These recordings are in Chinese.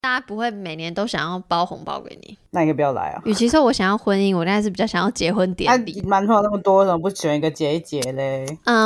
大家不会每年都想要包红包给你。 那你可以不要来啊。 与其说我想要婚姻，我大概是比较想要结婚典礼。 男朋友那么多，为什么不选一个结一结嘞？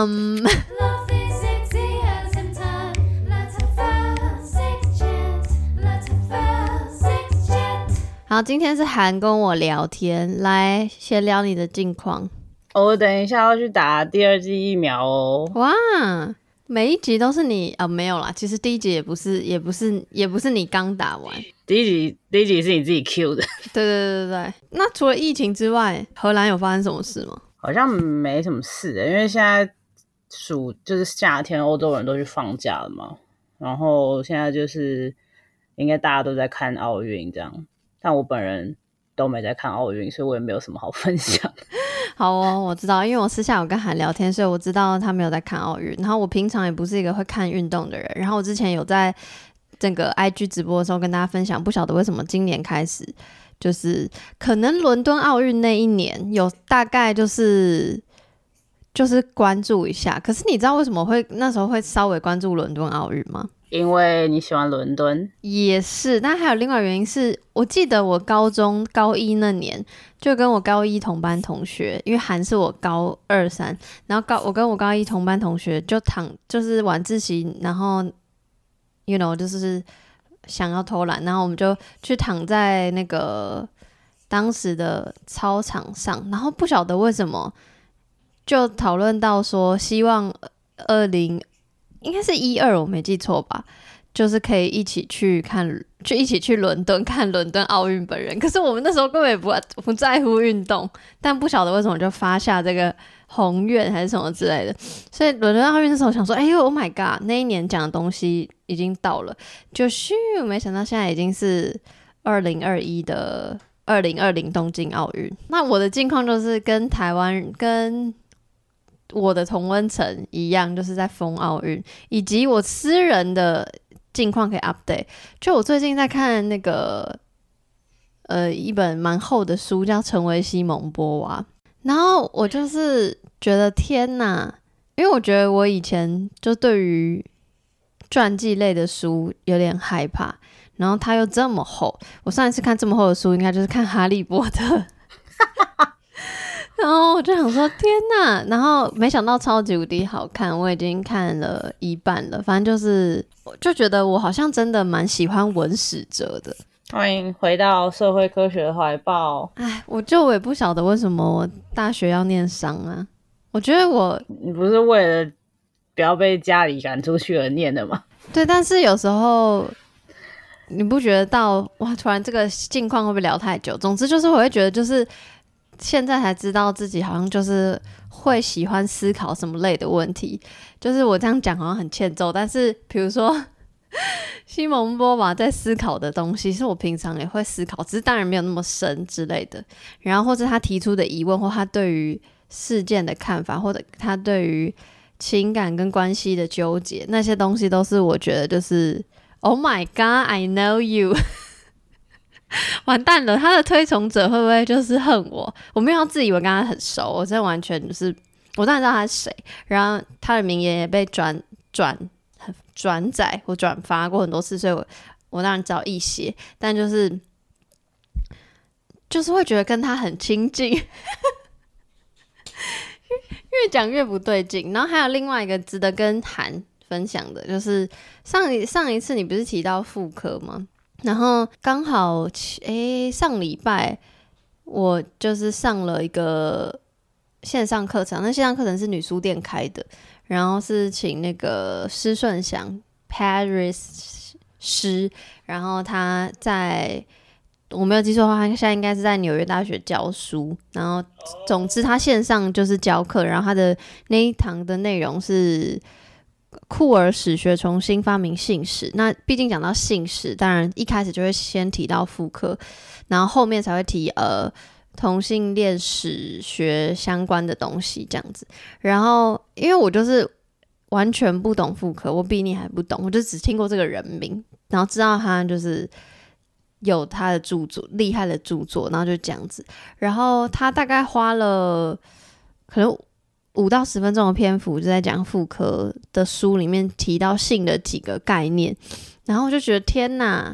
好，今天是韩跟我聊天，来先聊你的近况。 我等一下要去打第2剂疫苗哦。 哇，每一集都是你没有啦，其实第一集也不是你刚打完。 第一集是你自己 Q 的。 对。那除了疫情之外，荷兰有发生什么事吗？ 好像没什么事因为现在就是夏天，欧洲人都去放假了嘛。然后现在就是应该大家都在看奥运这样，但我本人都没在看奥运，所以我也没有什么好分享。 好哦，我知道，因为我私下有跟韩聊天，所以我知道他没有在看奥运。然后我平常也不是一个会看运动的人。然后我之前有在这个 IG 直播的时候跟大家分享，不晓得为什么今年开始，就是可能伦敦奥运那一年有大概就是关注一下。可是你知道为什么那时候会稍微关注伦敦奥运吗？ 因为你喜欢伦敦。 也是，但还有另外原因是，我记得我高一那年就跟我高一同班同学，因为韩是我高2、3，然后我跟我高一同班同学就是晚自习，然后 就是想要偷懒，然后我们就去躺在那个当时的操场上，然后不晓得为什么就讨论到说希望应该是12，我没记错吧，就是可以一起去伦敦看伦敦奥运本人。可是我们那时候根本也不在乎运动，但不晓得为什么就发下这个宏愿还是什么之类的。所以伦敦奥运的时候想说，哎呦 ，Oh my god， 那一年讲的东西已经到了，就没想到现在已经是2021的2020东京奥运。那我的近况就是跟台湾跟我的同温层一样，就是在疯奥运，以及我私人的近况可以 update。就我最近在看那个一本蛮厚的书，叫《成为西蒙波娃》，然后我就是觉得天哪，因为我觉得我以前就对于传记类的书有点害怕，然后它又这么厚。我上一次看这么厚的书，应该就是看《哈利波特》。然后我就想说天哪，然后没想到超级无敌好看，我已经看了一半了。反正我就觉得我好像真的蛮喜欢文史哲的。 欢迎回到社会科学的怀抱。 我也不晓得为什么我大学要念商啊。我觉得你不是为了不要被家里赶出去而念的吗？ 对，但是有时候你不觉得哇，突然这个近况会不会聊太久？总之就是我会觉得就是现在才知道自己好像就是会喜欢思考什么类的问题，就是我这样讲好像很欠揍，但是比如说西蒙波娃在思考的东西是我平常也会思考，只是当然没有那么深之类的，然后或者他提出的疑问，或他对于事件的看法，或者他对于情感跟关系的纠结，那些东西都是我觉得就是 Oh my god I know you 完蛋了，他的推崇者会不会就是恨我？我没有要自以为跟他很熟，我真的完全就是我当然知道他是谁，然后他的名言也被转载或转发过很多次，所以我当然知道一些，但就是会觉得跟他很亲近越讲越不对劲。然后还有另外一个值得跟韩分享的，就是上一次你不是提到妇科吗？然后刚好上礼拜我就是上了一个线上课程，那线上课程是女书店开的，然后是请那个施顺祥 Paris 师，然后他我没有记错的话，他现在应该是在纽约大学教书，然后总之他线上就是教课，然后他的那一堂的内容是酷儿史学重新发明性史。那毕竟讲到性史，当然一开始就会先提到妇科，然后后面才会提同性恋史学相关的东西这样子。然后因为我就是完全不懂妇科，我比你还不懂，我就只听过这个人名，然后知道他就是有他的著作，厉害的著作，然后就这样子。然后他大概花了可能5到10分钟的篇幅，就在讲妇科的书里面提到性的几个概念，然后我就觉得天哪，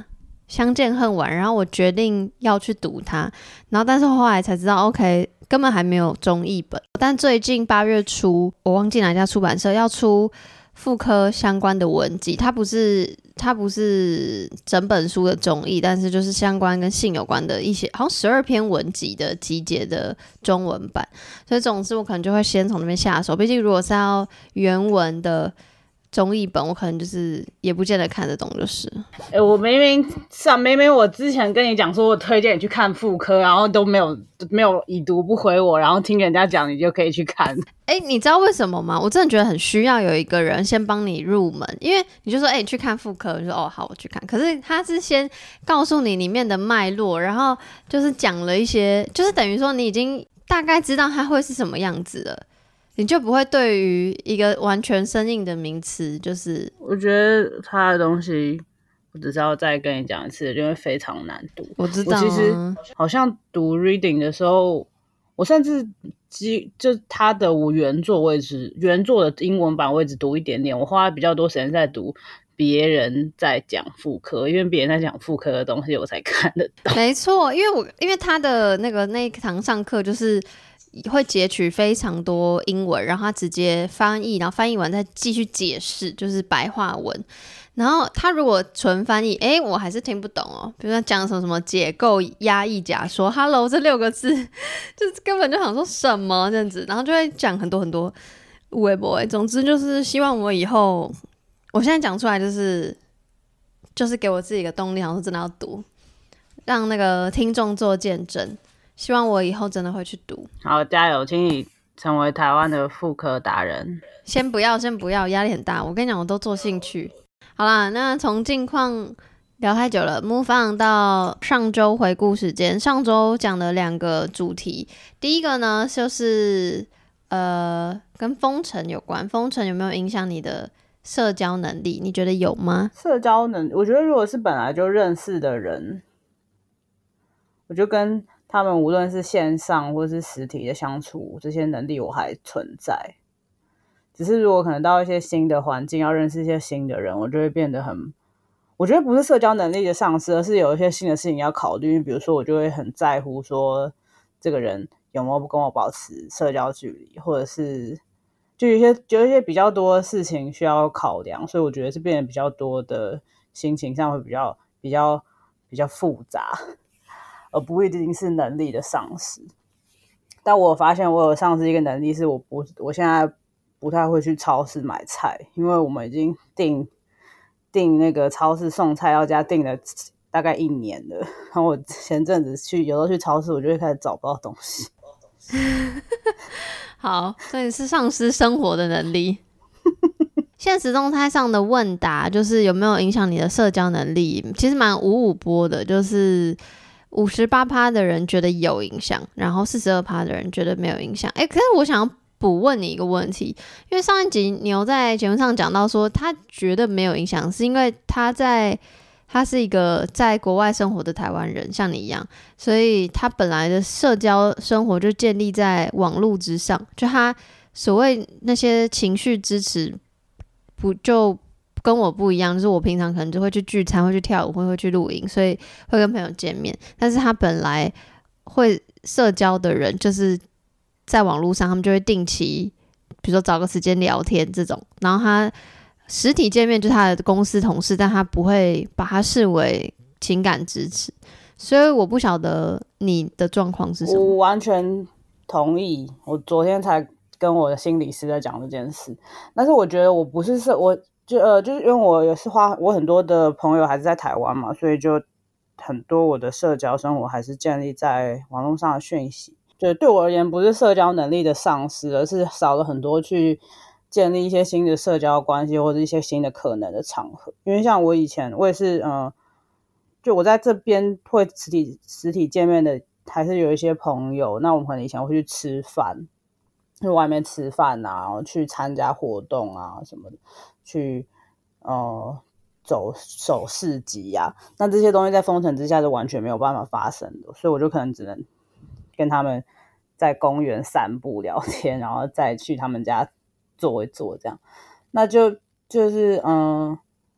相见恨晚，然后我决定要去读它，然后但是后来才知道 OK 根本还没有中译本。但最近8月初我忘记哪家出版社要出妇科相关的文集，它不是整本书的中译，但是就是相关跟性有关的一些，好像12篇文集的集结的中文版，所以总之我可能就会先从那边下手，毕竟如果是要原文的中译本，我可能就是也不见得看得懂，就是我明明我之前跟你讲说我推荐你去看妇科，然后都没有已读不回我，然后听人家讲你就可以去看。 你知道为什么吗？我真的觉得很需要有一个人先帮你入门，因为你就说你去看妇科，你说哦好我去看，可是他是先告诉你里面的脉络，然后就是讲了一些，就是等于说你已经大概知道它会是什么样子了，你就不会对于一个完全生硬的名词，就是我觉得他的东西我只是要再跟你讲一次，因为非常难读。 我知道我其实好像读 reading 的时候，我甚至就他的原作的英文版我也只读一点点，我花比较多时间在读别人在讲妇科，因为别人在讲妇科的东西我才看得到。 没错，因为他的那一堂上课就是会截取非常多英文，然后他直接翻译，然后翻译完再继续解释，就是白话文。然后他如果纯翻译，我还是听不懂哦。比如说讲什么解构压抑假说 ，Hello 这6个字，就是根本就想说什么这样子，然后就会讲很多很多微博。总之就是希望我以后，我现在讲出来就是给我自己一个动力，想说真的要读，让那个听众做见证。希望我以后真的会去读。 好，加油，请你成为台湾的妇科达人。 先不要，压力很大。我跟你讲，我都做兴趣。好啦，那从近况聊太久了 ，move on 到上周回顾时间。上周讲的2个主题，第一个呢就是跟封城有关。封城有没有影响你的社交能力？你觉得有吗？ 社交能力，我觉得如果是本来就认识的人，我就跟他们无论是线上或是实体的相处，这些能力我还存在。只是如果可能到一些新的环境，要认识一些新的人，我就会变得我觉得不是社交能力的丧失，而是有一些新的事情要考虑。比如说我就会很在乎说这个人有没有跟我保持社交距离，或者是就有一些比较多的事情需要考量，所以我觉得是变得比较多的心情上会比较复杂，而不一定是能力的丧失。但我发现我有丧失一个能力，是我现在不太会去超市买菜，因为我们已经订那个超市送菜到家订了大概1年了。然后我前阵子有时候去超市，我就会开始找不到东西。 好，所以是丧失生活的能力。现实动态上的问答就是有没有影响你的社交能力，其实蛮五五波的，就是58% 的人觉得有影响，然后42% 的人觉得没有影响。可是我想要补问你一个问题，因为上一集牛在节目上讲到说他觉得没有影响，是因为他是一个在国外生活的台湾人，像你一样，所以他本来的社交生活就建立在网络之上，就他所谓那些情绪支持就跟我不一样，就是我平常可能就会去聚餐，会去跳舞，会去露营，所以会跟朋友见面。但是他本来会社交的人，就是在网络上，他们就会定期，比如说找个时间聊天这种。然后他实体见面就是他的公司同事，但他不会把他视为情感支持。所以我不晓得你的状况是什么。 我完全同意，我昨天才跟我的心理师在讲这件事。但是我觉得我不是就是因为我也是我很多的朋友还是在台湾嘛，所以就很多我的社交生活还是建立在网络上的讯息。就对我而言，不是社交能力的丧失，而是少了很多去建立一些新的社交关系或者一些新的可能的场合。因为像我以前，我也是就我在这边会实体见面的，还是有一些朋友。那我们可能以前会去吃饭，去外面吃饭啊，然后去参加活动啊什么的，去走市集啊。那这些东西在封城之下是完全没有办法发生的，所以我就可能只能跟他们在公园散步聊天，然后再去他们家坐一坐这样。那就是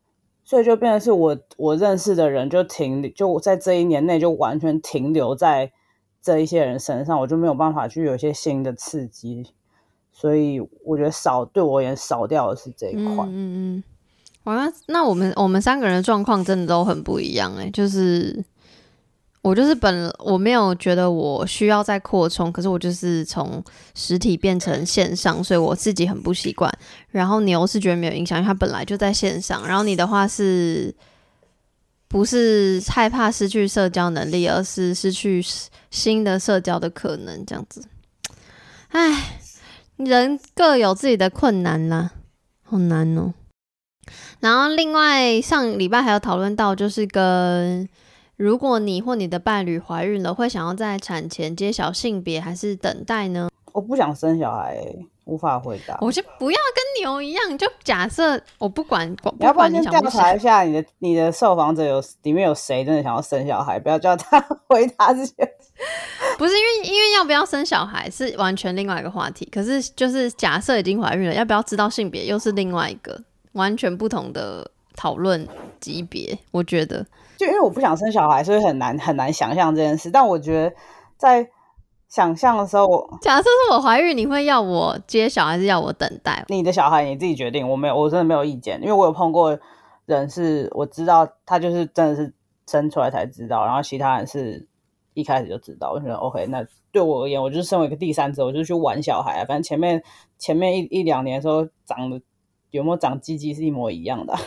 所以就变成是我认识的人就在这一年内就完全停留在这一些人身上，我就没有办法去有一些新的刺激，所以我觉得对我而言少掉的是这一块。 哇，那我们三个人的状况真的都很不一样就是我就是我没有觉得我需要再扩充，可是我就是从实体变成线上，所以我自己很不习惯。然后牛是觉得没有影响，因为他本来就在线上。然后你的话是不是害怕失去社交能力，而是失去新的社交的可能这样子。唉，人各有自己的困难啦，好难哦。然后另外上礼拜还有讨论到，就是如果你或你的伴侣怀孕了，会想要在产前揭晓性别还是等待呢？ 我不想生小孩无法回答。 我就不要跟牛一样，就假设我不管你要不要先调查一下你的受访者里面有谁真的想要生小孩，不要叫他回答这些。 不是因为要不要生小孩是完全另外一个话题，可是就是假设已经怀孕了，要不要知道性别又是另外一个完全不同的讨论级别，我觉得。 就因为我不想生小孩，所以很难想象这件事。但我觉得在想象的时候， 假设是我怀孕，你会要我揭晓还是要我等待？ 你的小孩你自己决定，我真的没有意见，因为我有碰过人是我知道他就是真的是生出来才知道，然后其他人是一开始就知道。我觉得 OK， 那对我而言，我就是身为一个第三者，我就去玩小孩反正前面一两年的时候长得有没有长鸡鸡是一模一样的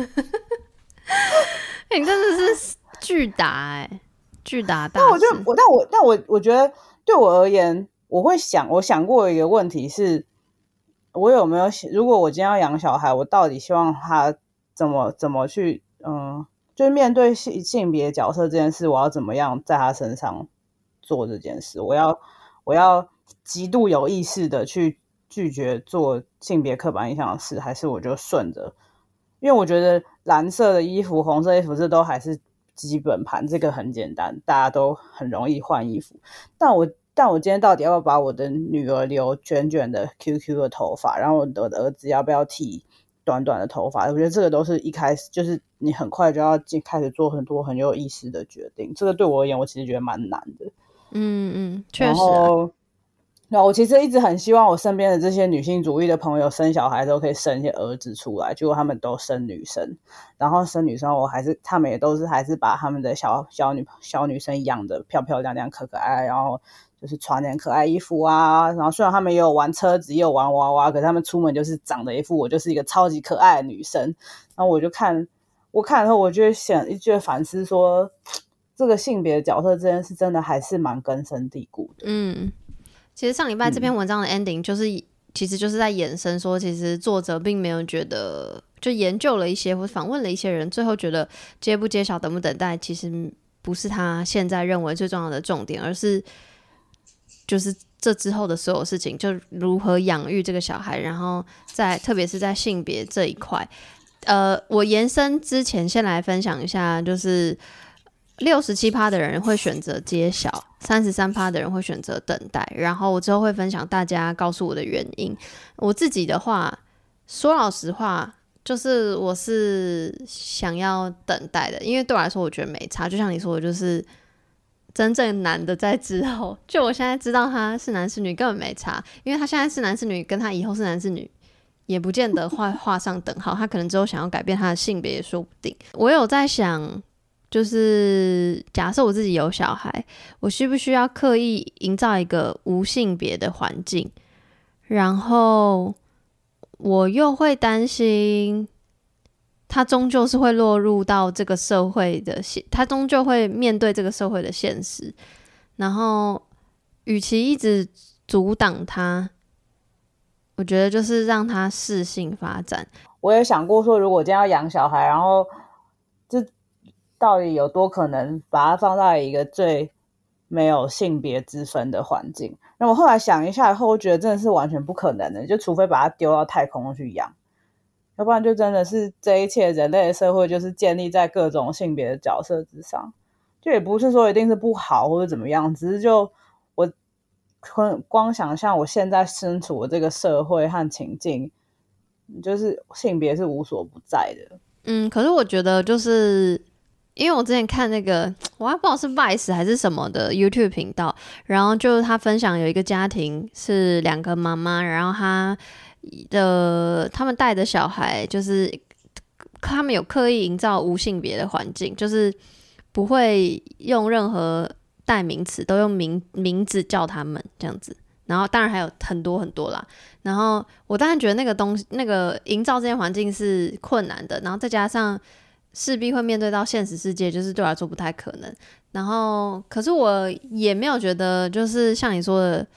你真的是巨大巨大大。 但我觉得对我而言，我想过一个问题是，我有没有如果我今天要养小孩，我到底希望他怎么去就是面对性别角色这件事，我要怎么样在他身上做这件事？我要极度有意识的去拒绝做性别刻板印象的事，还是我就顺着？因为我觉得蓝色的衣服、红色衣服这都还是基本盘，这个很简单，大家都很容易换衣服。但我今天到底要不要把我的女儿留卷卷的 QQ 的头发，然后我的儿子要不要剃短短的头发？我觉得这个都是一开始就是你很快就要开始做很多很有意识的决定。这个对我而言，我其实觉得蛮难的。 确实那我其实一直很希望我身边的这些女性主义的朋友生小孩都可以生一些儿子出来，结果他们都生女生，然后生女生他们也都是还是把他们的小女生养的漂漂亮亮可爱，然后就是穿点可爱衣服啊，然后虽然他们也有玩车子也有玩娃娃，可是他们出门就是长得一副我就是一个超级可爱的女生。然后我看了后我就会反思说，这个性别角色这件事真的还是蛮根深蒂固的。 其实上礼拜这篇文章的 ending 其实就是在衍生说，其实作者并没有觉得，就研究了一些或访问了一些人，最后觉得揭不揭晓等不等待其实不是他现在认为最重要的重点，而是就是这之后的所有事情，就如何养育这个小孩，然后特别是在性别这一块。我延伸之前先来分享一下，就是67% 的人会选择揭晓，33% 的人会选择等待，然后我之后会分享大家告诉我的原因。我自己的话，说老实话，就是我是想要等待的，因为对我来说我觉得没差，就像你说的，就是真正难的在之后，就我现在知道他是男是女根本没差，因为他现在是男是女跟他以后是男是女也不见得画上等号，他可能之后想要改变他的性别也说不定。我有在想，就是假设我自己有小孩，我需不需要刻意营造一个无性别的环境，然后我又会担心他终究是会落入到这个社会的，他终究会面对这个社会的现实，然后与其一直阻挡他，我觉得就是让他适性发展。 我也想过说，如果今天要养小孩，然后这到底有多可能把它放在一个最没有性别之分的环境？那我后来想一下以后，我觉得真的是完全不可能的，就除非把它丢到太空去养，要不然就真的是这一切人类的社会就是建立在各种性别的角色之上，就也不是说一定是不好或者怎么样，只是就我光想象我现在身处的这个社会和情境，就是性别是无所不在的。 可是我觉得就是因为我之前看那个我还不知道是 Vice 还是什么的 YouTube 频道，然后就是他分享有一个家庭是2个妈妈，然后他们带的小孩就是他们有刻意营造无性别的环境，就是不会用任何代名词，都用名字叫他们这样子。然后当然还有很多很多啦，然后我当然觉得那个营造这些环境是困难的，然后再加上势必会面对到现实世界，就是对我来说不太可能。然后可是我也没有觉得就是像你说的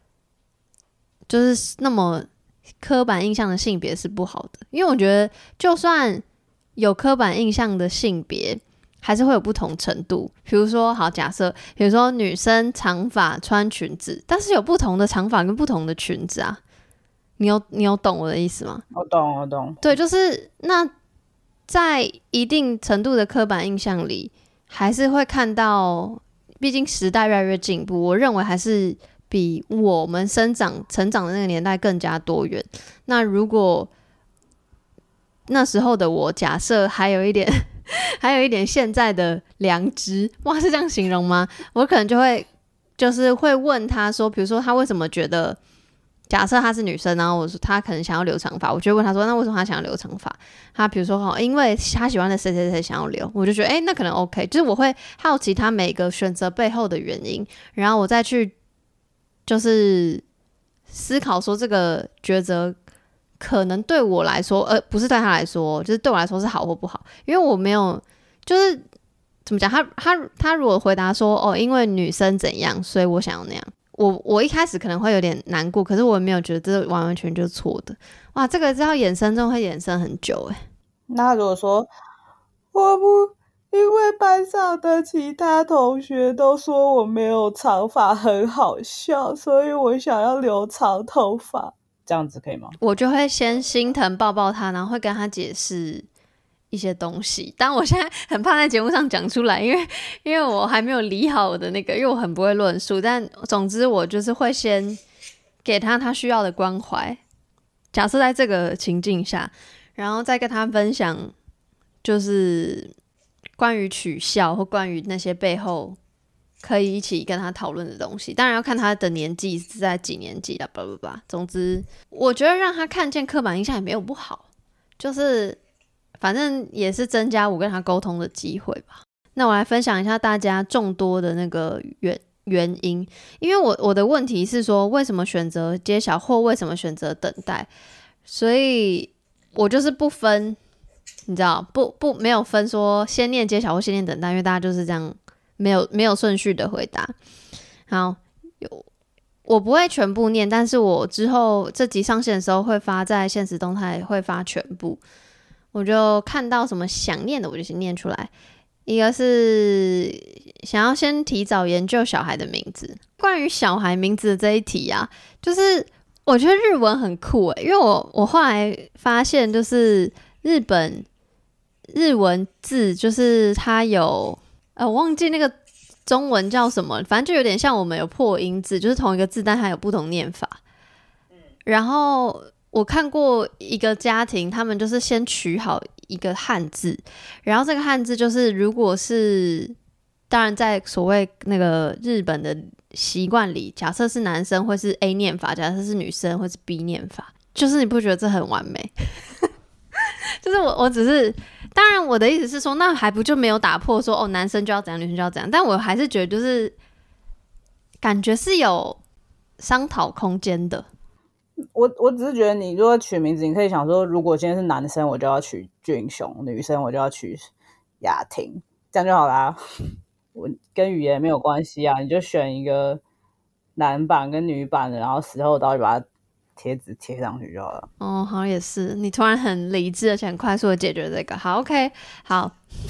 就是那么刻板印象的性别是不好的，因为我觉得就算有刻板印象的性别还是会有不同程度。比如说好假设比如说女生长发穿裙子，但是有不同的长发跟不同的裙子啊，你有懂我的意思吗？ 我懂。 对，就是那在一定程度的刻板印象里还是会看到，毕竟时代越来越进步，我认为还是比我们成长的那个年代更加多元。那如果那时候的我假设还有一点现在的良知，哇，是这样形容吗？我可能就是会问他说，比如说他为什么觉得，假设他是女生，然后我说他可能想要留长发，我就会问他说，那为什么他想要留长发？他比如说因为他喜欢的谁谁谁想要留，我就觉得那可能 OK， 就是我会好奇他每个选择背后的原因，然后我再去就是思考说这个抉择可能对我来说，不是对他来说，就是对我来说是好或不好，因为我没有，就是怎么讲，他如果回答说，因为女生怎样，所以我想要那样，我一开始可能会有点难过，可是我没有觉得这完全就是错的。哇，这个要衍生，真的会衍生很久那如果说我不因为班上的其他同学都说我没有长发很好笑，所以我想要留长头发，这样子可以吗？ 我就会先心疼抱抱他，然后会跟他解释一些东西，但我现在很怕在节目上讲出来，因为我还没有理好我的那个，因为我很不会论述，但总之我就是会先给他需要的关怀，假设在这个情境下，然后再跟他分享就是关于取笑或关于那些背后可以一起跟他讨论的东西，当然要看他的年纪是在几年级啦，总之我觉得让他看见刻板印象也没有不好，就是反正也是增加我跟他沟通的机会吧。那我来分享一下大家众多的那个原因，因为我的问题是说为什么选择揭晓或为什么选择等待，所以我就是不分，你知道没有分说先念揭晓或先念等待，因为大家就是这样没有顺序的回答。好，我不会全部念，但是我之后这集上线的时候会发在限时动态，会发全部。我就看到什么想念的我就先念出来。一个是想要先提早研究小孩的名字，关于小孩名字的这一题啊，就是我觉得日文很酷因为我后来发现就是日文字就是它有我忘记那个中文叫什么，反正就有点像我们有破音字，就是同一个字但它有不同念法。然后我看过一个家庭，他们就是先取好一个汉字，然后这个汉字就是如果是当然在所谓那个日本的习惯里，假设是男生会是 A 念法，假设是女生会是 B 念法，就是你不觉得这很完美？就是我只是当然我的意思是说，那还不就没有打破说男生就要怎样女生就要怎样，但我还是觉得就是感觉是有商讨空间的。 我只是觉得你如果取名字，你可以想说，如果今天是男生，我就要取俊雄；女生我就要取雅婷，这样就好啦。我跟语言没有关系啊，你就选一个男版跟女版的，然后时候到就把它贴纸贴上去就好了。 好也是，你突然很理智而且很快速的解决这个。好 ，OK， 好。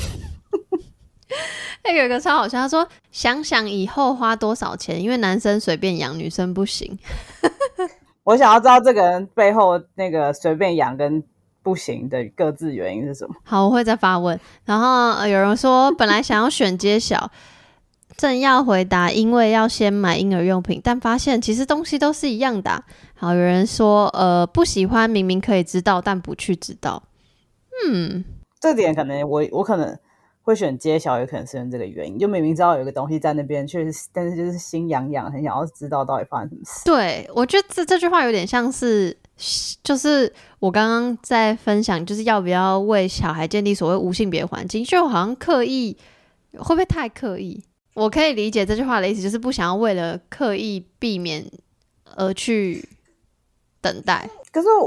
有一个超好笑，他说想想以后花多少钱，因为男生随便养，女生不行。 我想要知道这个人背后那个随便养跟不行的各自原因是什么。 好，我会再发问。然后有人说本来想要选揭晓，正要回答因为要先买婴儿用品，但发现其实东西都是一样的好，有人说不喜欢明明可以知道但不去知道。 这点可能我可能会选揭晓，也可能是因为这个原因，就明明知道有一个东西在那边，确实，但是就是心痒痒，很想要知道到底发生什么事。 对，我觉得这句话有点像是，就是我刚刚在分享，就是要不要为小孩建立所谓无性别环境，就好像刻意，会不会太刻意？我可以理解这句话的意思，就是不想要为了刻意避免而去等待。 可是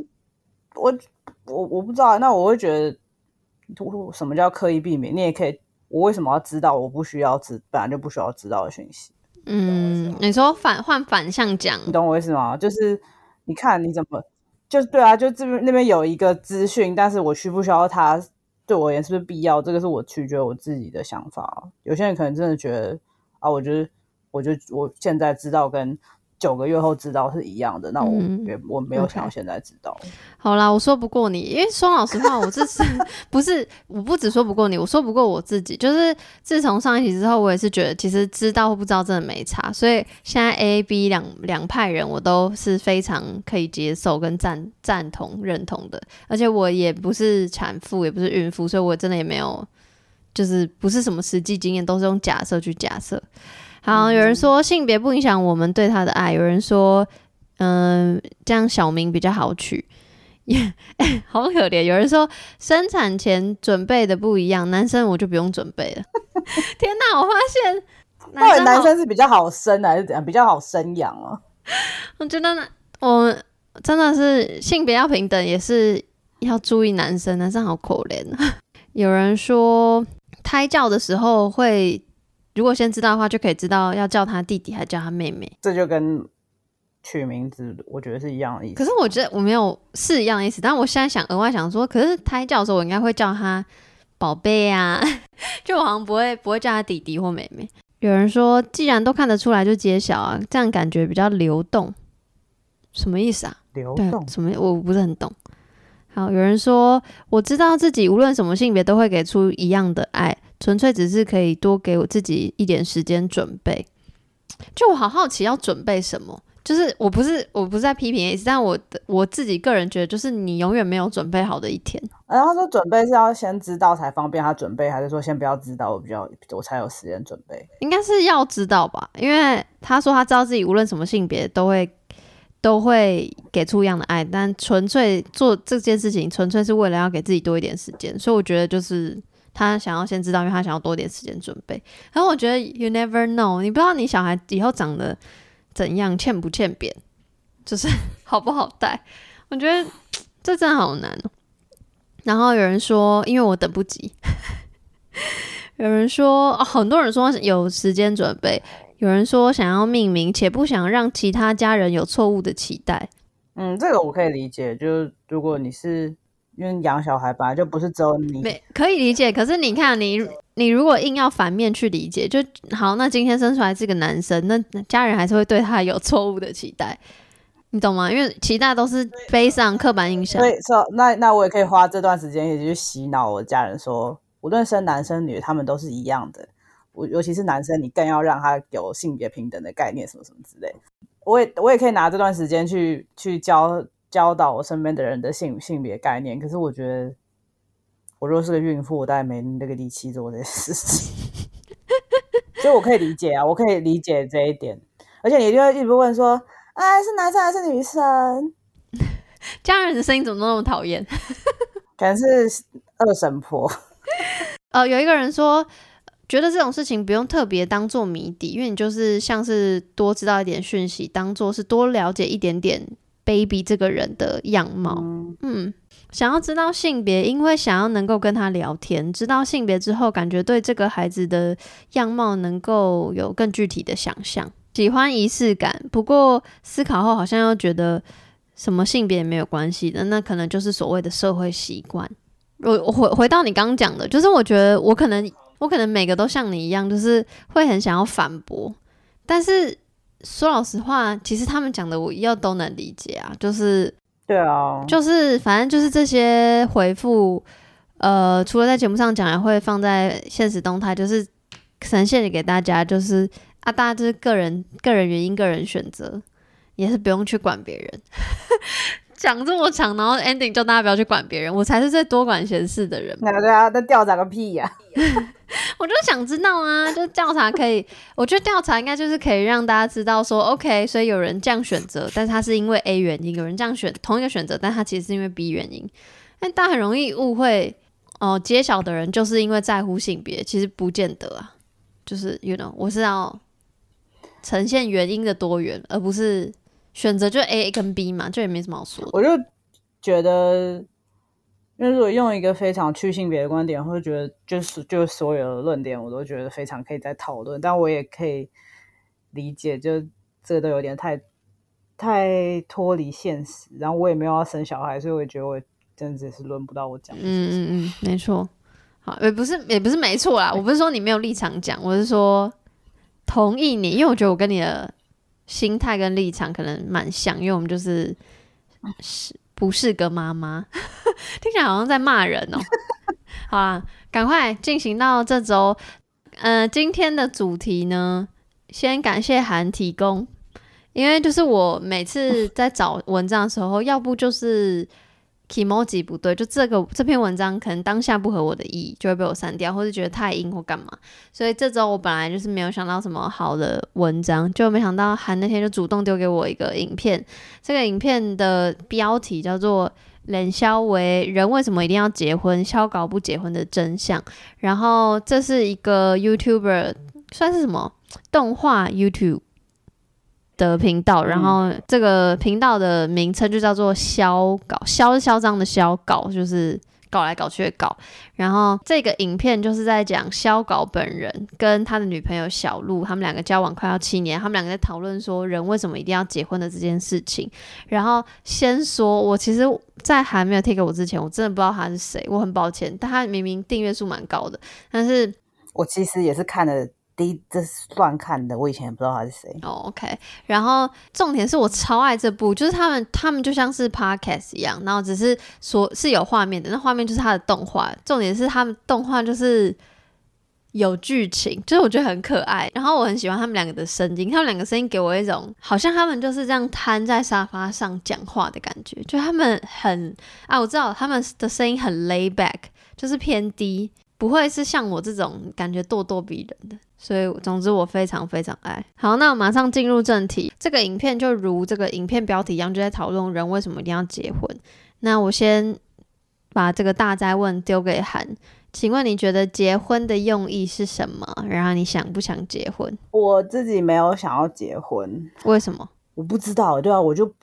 我不知道，那我会觉得什么叫刻意避免？你也可以，我为什么要知道我不需要本来就不需要知道的讯息？ 你说换反向讲， 你懂我意思吗？就是你看你怎么，就是对啊，就那边有一个资讯，但是我需不需要它，对我而言是不是必要？这个是我取决我自己的想法。有些人可能真的觉得啊，我现在知道跟9个月后知道是一样的，那我没有想要现在知道。 好啦，我说不过你，因为说老实话，我这次我不只说不过你，我说不过我自己。就是自从上一期之后，我也是觉得其实知道或不知道真的没差，所以现在 A、B 两派人我都是非常可以接受跟赞同认同的，而且我也不是产妇，也不是孕妇，所以我真的也没有就是不是什么实际经验，都是用假设去假设。好，有人说性别不影响我们对他的爱，有人说这样小名比较好取。好可怜，有人说生产前准备的不一样，男生我就不用准备了。天哪，我发现到底男生是比较好生还是怎样？比较好生养啊？ 我觉得我真的是性别要平等，也是要注意男生好可怜。有人说胎教的时候会，如果先知道的话，就可以知道要叫他弟弟还叫他妹妹。 这就跟取名字我觉得是一样的意思。 可是我觉得我没有是一样的意思，但我现在额外想说，可是胎教的时候我应该会叫他宝贝啊，就我好像不会叫他弟弟或妹妹。有人说既然都看得出来就揭晓啊，这样感觉比较流动，什么意思啊？ 流动什么？我不是很懂。好，有人说我知道自己无论什么性别都会给出一样的爱，纯粹只是可以多给我自己一点时间准备。就我好好奇要准备什么，就是我不是在批评的意思，但我自己个人觉得，就是你永远没有准备好的一天。 然后他说准备是要先知道才方便他准备，还是说先不要知道我才有时间准备？ 应该是要知道吧，因为他说他知道自己无论什么性别都会给出一样的爱，但纯粹做这件事情纯粹是为了要给自己多一点时间，所以我觉得就是他想要先知道，因为他想要多一点时间准备。然后我觉得 you never know， 你不知道你小孩以后长得怎样，欠不欠扁，就是好不好带，我觉得这真的好难哦。然后有人说因为我等不及，有人说很多人说有时间准备，有人说想要命名且不想让其他家人有错误的期待。 这个我可以理解，就是如果你是因为养小孩本来就不是只有你， 可以理解。可是你看你如果硬要反面去理解，就好，那今天生出来是个男生，那家人还是会对他有错误的期待，你懂吗？因为期待都是背上刻板印象。 所以那我也可以花这段时间也去洗脑我家人说，无论生男生女他们都是一样的，尤其是男生你更要让他有性别平等的概念什么什么之类。我也可以拿这段时间去教导我身边的人的性别概念，可是我觉得我如果是个孕妇，我大概没那个力气做这些事情。所以我可以理解啊，我可以理解这一点。而且你就会一直问说是男生还是女生？ 家人的声音怎么那么讨厌？ 可能是二婶婆。 有一个人说觉得这种事情不用特别当做谜底，因为你就是像是多知道一点讯息，当做是多了解一点点 baby 这个人的样貌。想要知道性别，因为想要能够跟他聊天，知道性别之后感觉对这个孩子的样貌能够有更具体的想象。喜欢仪式感，不过思考后好像又觉得什么性别也没有关系的，那可能就是所谓的社会习惯。我回到你刚刚讲的，就是我觉得我可能每个都像你一样，就是会很想要反驳，但是说老实话，其实他们讲的我都能理解啊，就是对啊， 就是反正就是这些回复，除了在节目上讲，也会放在现实动态，就是呈现给大家，就是大家就是个人原因、个人选择，也是不用去管别人。 讲这么长，然后 ending 叫大家不要去管别人，我才是最多管闲事的人。 对啊，那调查个屁呀！ 我就想知道啊，就调查可以，我觉得调查应该就是可以让大家知道说 OK， 所以有人这样选择，但是他是因为 A 原因，有人这样选同一个选择，但他其实是因为 B 原因。但大家很容易误会揭晓的人就是因为在乎性别，其实不见得啊，就是 you know 我是要呈现原因的多元，而不是选择就 A 跟 B 嘛，这也没什么好说的。 我就觉得，因为如果用一个非常去性别的观点，会觉得就是所有的论点我都觉得非常可以再讨论，但我也可以理解，就这个都有点太脱离现实，然后我也没有要生小孩，所以我觉得我真的只是轮不到我讲的事情。 没错。好，也不是没错啦，我不是说你没有立场讲，我是说同意你，因为我觉得我跟你的心态跟立场可能蛮像，因为我们就是不是个妈妈，听起来好像在骂人哦。好啦，赶快进行到这周，今天的主题呢，先感谢韩提供，因为就是我每次在找文章的时候，要不就是kimoji 不对，就这篇文章可能当下不合我的意，就会被我删掉，或是觉得太硬或干嘛。所以这周我本来就是没有想到什么好的文章，就没想到韩那天就主动丢给我一个影片。这个影片的标题叫做冷肖维人为什么一定要结婚，肖搞不结婚的真相。然后这是一个 YouTuber， 算是什么动画 YouTube的频道，然后这个频道的名称就叫做肖搞，肖是嚣张的肖，搞就是搞来搞去的搞。然后这个影片就是在讲肖搞本人跟他的女朋友小鹿，他们两个交往快要7年，他们两个在讨论说人为什么一定要结婚的这件事情。然后先说我其实在还没有贴给我之前，我真的不知道他是谁，我很抱歉，但他明明订阅数蛮高的，但是我其实也是看了这是乱看的，我以前也不知道他是谁。 OK， 然后重点是我超爱这部，就是他们就像是 podcast 一样，然后只是说是有画面的，那画面就是他的动画，重点是他们动画就是有剧情，就是我觉得很可爱。然后我很喜欢他们两个的声音，他们两个声音给我一种好像他们就是这样瘫在沙发上讲话的感觉，就他们很我知道他们的声音很 lay back， 就是偏低，不会是像我这种感觉咄咄逼人的。所以总之我非常非常爱。好，那我马上进入正题。这个影片就如这个影片标题一样，就在讨论人为什么一定要结婚。那我先把这个大哉问丢给韩，请问你觉得结婚的用意是什么？然后你想不想结婚？ 我自己没有想要结婚。 为什么？ 我不知道。对啊，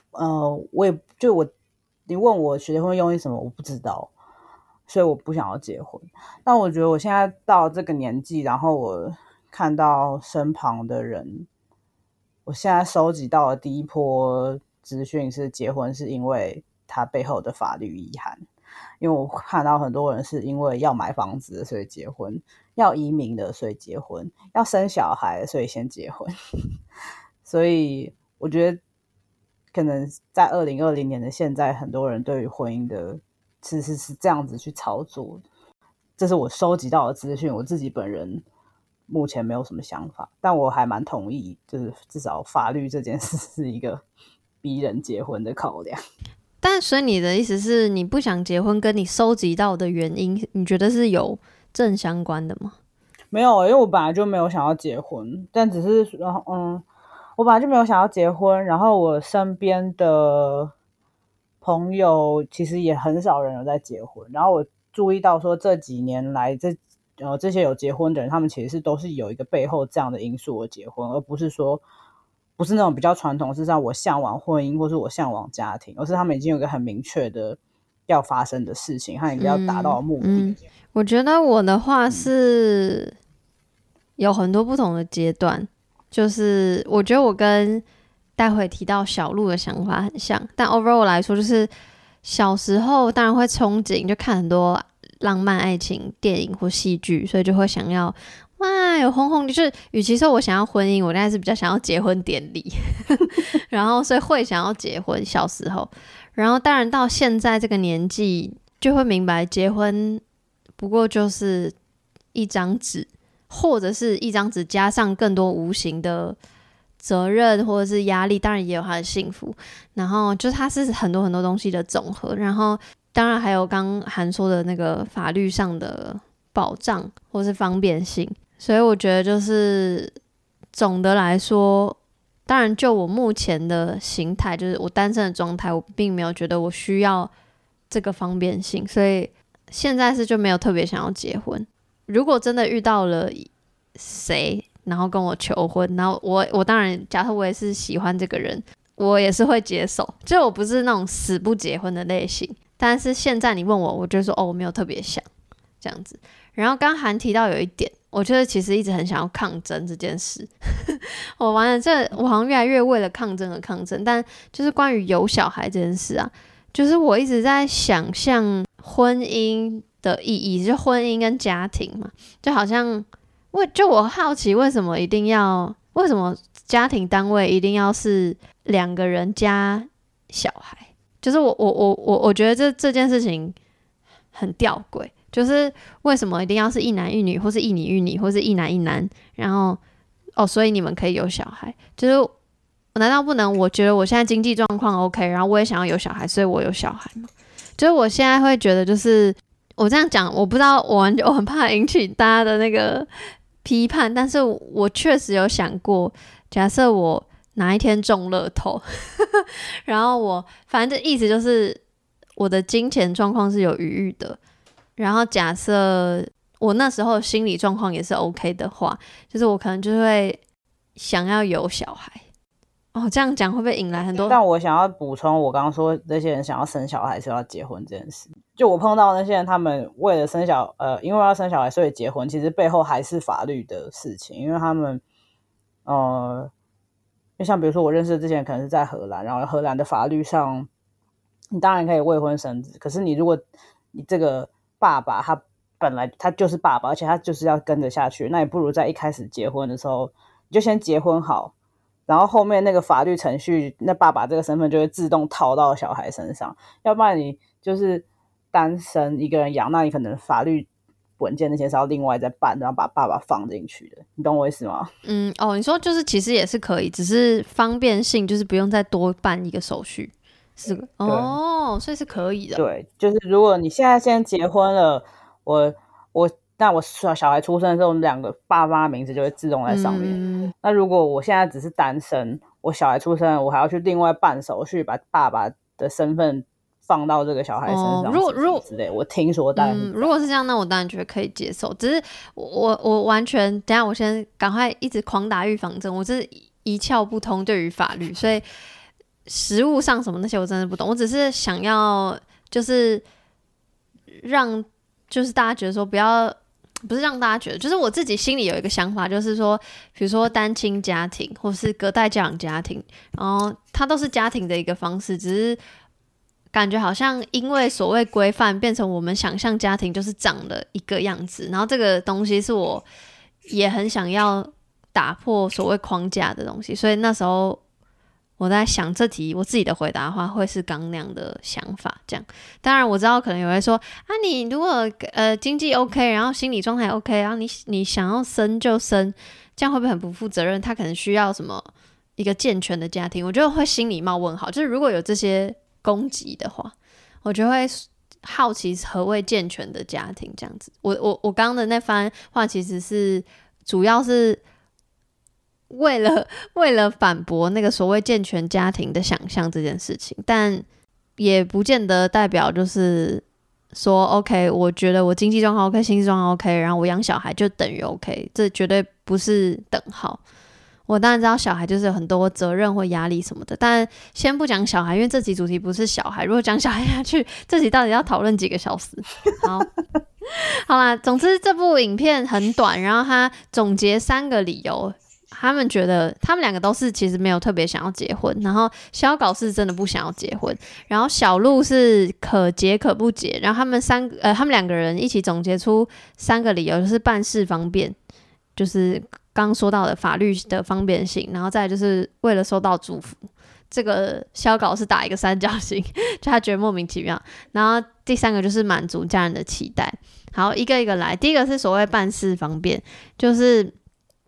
你问我结婚用意什么，我不知道，所以我不想要结婚。但我觉得我现在到这个年纪，然后我看到身旁的人，我现在收集到的第一波资讯是结婚是因为他背后的法律遗憾。因为我看到很多人是因为要买房子所以结婚，要移民的所以结婚，要生小孩所以先结婚。所以我觉得可能在2020年的现在，很多人对于婚姻的是这样子去操作的。这是我收集到的资讯，我自己本人目前没有什么想法，但我还蛮同意，就是至少法律这件事是一个逼人结婚的考量。 但所以你的意思是你不想结婚跟你收集到的原因，你觉得是有正相关的吗？ 没有，因为我本来就没有想要结婚，但只是我本来就没有想要结婚，然后我身边的朋友其实也很少人有在结婚，然后我注意到说这几年来这些有结婚的人，他们其实都是有一个背后这样的因素而结婚，而不是那种比较传统是让我向往婚姻或是我向往家庭，而是他们已经有一个很明确的要发生的事情和一个要达到的目的。 我觉得我的话是有很多不同的阶段，就是我觉得我跟待会提到小鹿的想法很像，但 overall 来说就是小时候当然会憧憬，就看很多浪漫爱情电影或戏剧，所以就会想要哇有轰轰，就是与其说我想要婚姻，我大概是比较想要结婚典礼然后所以会想要结婚小时候，然后当然到现在这个年纪就会明白结婚不过就是一张纸，或者是一张纸加上更多无形的责任或者是压力，当然也有他的幸福，然后就是他是很多很多东西的总和，然后当然还有刚韩说的那个法律上的保障或是方便性，所以我觉得就是总的来说，当然就我目前的形态，就是我单身的状态，我并没有觉得我需要这个方便性，所以现在是就没有特别想要结婚。如果真的遇到了谁然后跟我求婚，然后我当然假设我也是喜欢这个人，我也是会接受，就我不是那种死不结婚的类型，但是现在你问我，我就说我没有特别想这样子。然后刚韩提到有一点，我觉得其实一直很想要抗争这件事我完了我好像越来越为了抗争而抗争，但就是关于有小孩这件事啊，就是我一直在想象婚姻的意义，就婚姻跟家庭嘛，就好像我好奇为什么家庭单位一定要是2个人加小孩，就是我觉得这件事情很吊诡，就是为什么一定要是一男一女，或是一女一女，或是一男一男，然后所以你们可以有小孩，就是难道不能我觉得我现在经济状况 OK， 然后我也想要有小孩，所以我有小孩吗？就是我现在会觉得，就是我这样讲，我不知道我很怕引起大家的那个批判，但是我确实有想过，假设我哪一天中乐透然后我反正意思就是我的金钱状况是有余裕的，然后假设我那时候心理状况也是 OK 的话，就是我可能就会想要有小孩。这样讲会不会引来很多？ 但我想要补充，我刚刚说那些人想要生小孩是要结婚这件事，就我碰到那些人，他们为了因为要生小孩所以结婚，其实背后还是法律的事情，因为他们就像比如说我认识的这些人可能是在荷兰，然后荷兰的法律上你当然可以未婚生子，可是如果你这个爸爸他本来他就是爸爸，而且他就是要跟着下去，那你不如在一开始结婚的时候你就先结婚好，然后后面那个法律程序，那爸爸这个身份就会自动套到小孩身上，要不然你就是单身一个人养，那你可能法律文件那些是要另外再办，然后把爸爸放进去的，你懂我意思吗？ 你说就是其实也是可以，只是方便性就是不用再多办一个手续，是所以是可以的。 对，就是如果你现在先结婚了，那我小孩出生的时候，我们2个爸妈名字就会自动在上面。那如果我现在只是单身，我小孩出生了，我还要去另外办手续，把爸爸的身份放到这个小孩身上，如果之类，我听说大概是如果是这样，那我当然觉得可以接受。只是我完全等一下，我先赶快一直狂打预防针，我这是一窍不通对于法律，所以实务上什么那些我真的不懂。我只是想要就是让就是大家觉得说不是让大家觉得，就是我自己心里有一个想法，就是说比如说单亲家庭或是隔代教养家庭，然后它都是家庭的一个方式，只是感觉好像因为所谓规范变成我们想象家庭就是长的一个样子，然后这个东西是我也很想要打破所谓框架的东西，所以那时候我在想这题我自己的回答的话会是刚那样的想法这样。当然我知道可能有人说你如果经济 OK 然后心理状态 OK 然后你想要生就生，这样会不会很不负责任？他可能需要什么一个健全的家庭，我觉得会心里冒问号，就是如果有这些攻击的话，我就会好奇何谓健全的家庭这样子。我刚刚的那番话其实是主要是为了反驳那个所谓健全家庭的想象这件事情，但也不见得代表就是说 OK 我觉得我经济状况 OK 心理状况 OK 然后我养小孩就等于 OK， 这绝对不是等号。我当然知道小孩就是有很多责任或压力什么的，但先不讲小孩，因为这集主题不是小孩，如果讲小孩下去这集到底要讨论几个小时。好啦，总之这部影片很短，然后他总结3个理由，他们觉得他们2个都是其实没有特别想要结婚，然后小稿是真的不想要结婚，然后小鹿是可结可不结，然后他们2个人一起总结出3个理由，就是办事方便，就是刚说到的法律的方便性，然后再来就是为了收到祝福，这个小稿是打一个3角形就他觉得莫名其妙，然后第3个就是满足家人的期待。好，一个一个来。第一个是所谓办事方便，就是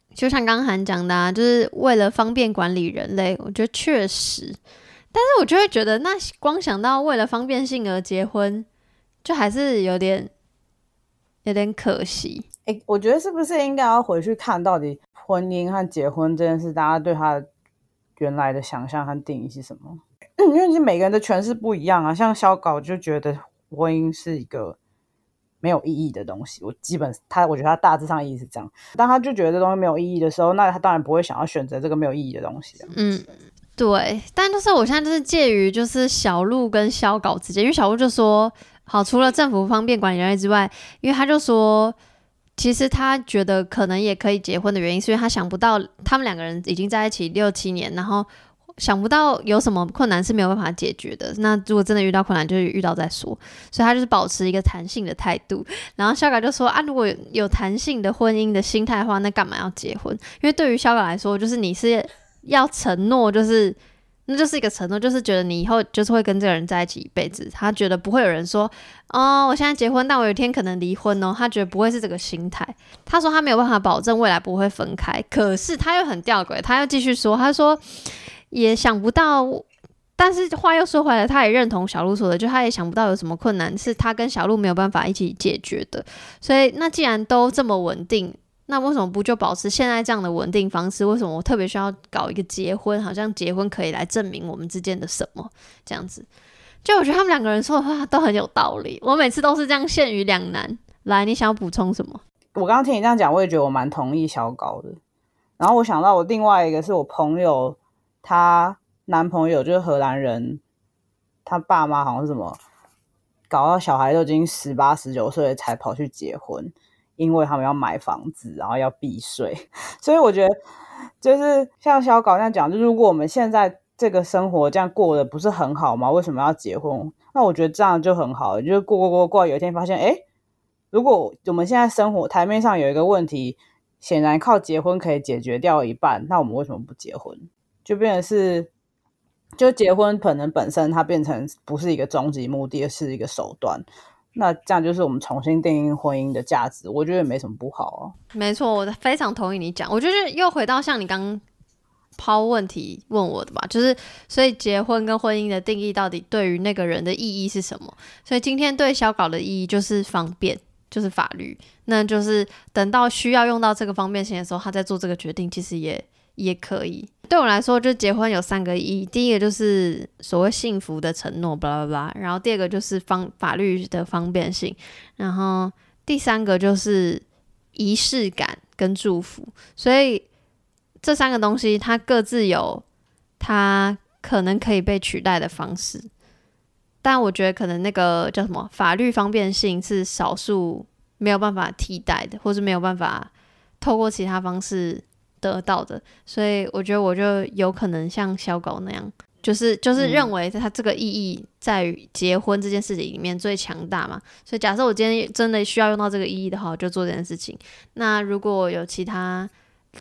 就像刚涵讲的啊，就是为了方便管理人类，我觉得确实，但是我就会觉得，那光想到为了方便性而结婚，就还是有点可惜。 我觉得是不是应该要回去看到底婚姻和结婚这件事，大家对它原来的想象和定义是什么？因为其实每个人的诠释不一样啊。像小稿就觉得婚姻是一个没有意义的东西，我觉得他大致上意义是这样。当他就觉得这东西没有意义的时候，那他当然不会想要选择这个没有意义的东西啊。 对，但就是我现在就是介于就是小鹿跟小稿之间，因为小鹿就说，好，除了政府方便管理人类之外，因为他就说，其实他觉得可能也可以结婚的原因，是因为他想不到他们两个人已经在一起6-7年，然后想不到有什么困难是没有办法解决的。那如果真的遇到困难，就是遇到再说。所以他就是保持一个弹性的态度。然后小稿就说啊，如果有弹性的婚姻的心态的话，那干嘛要结婚？因为对于小稿来说，就是你是要承诺，就是那就是一个承诺，就是觉得你以后就是会跟这个人在一起一辈子。他觉得不会有人说，哦，我现在结婚，但我有一天可能离婚哦。他觉得不会是这个心态。他说他没有办法保证未来不会分开，可是他又很吊诡，他又继续说，他说也想不到。但是话又说回来，他也认同小鹿说的，就他也想不到有什么困难是他跟小鹿没有办法一起解决的。所以那既然都这么稳定，那为什么不就保持现在这样的稳定方式？为什么我特别需要搞一个结婚？好像结婚可以来证明我们之间的什么这样子？就我觉得他们两个人说的话都很有道理，我每次都是这样陷于两难。来，你想要补充什么？ 我刚刚听你这样讲，我也觉得我蛮同意小稿的。然后我想到我另外一个是我朋友，她男朋友就是荷兰人，他爸妈好像是什么搞到小孩都已经18、19岁才跑去结婚，因为他们要买房子，然后要避税。所以我觉得就是像小稿那样讲，就如果我们现在这个生活这样过得不是很好吗？为什么要结婚？那我觉得这样就很好，就是过，有一天发现，如果我们现在生活台面上有一个问题，显然靠结婚可以解决掉一半，那我们为什么不结婚？就变成是，就结婚可能本身它变成不是一个终极目的，是一个手段。那这样就是我们重新定义婚姻的价值，我觉得也没什么不好啊。 没错，我非常同意你讲。我觉得又回到像你刚刚抛问题问我的吧，就是所以结婚跟婚姻的定义到底对于那个人的意义是什么？所以今天对小稿的意义就是方便，就是法律，那就是等到需要用到这个方便性的时候，他在做这个决定，其实也可以。对我来说，就结婚有3个意义，第一个就是所谓幸福的承诺，巴拉巴拉，然后第二个就是法律的方便性，然后第3个就是仪式感跟祝福。所以这3个东西，它各自有它可能可以被取代的方式，但我觉得可能那个叫什么法律方便性是少数没有办法替代的，或是没有办法透过其他方式得到的。所以我觉得我就有可能像小狗那样，就是认为它这个意义在于结婚这件事情里面最强大嘛。所以假设我今天真的需要用到这个意义的话，我就做这件事情。那如果有其他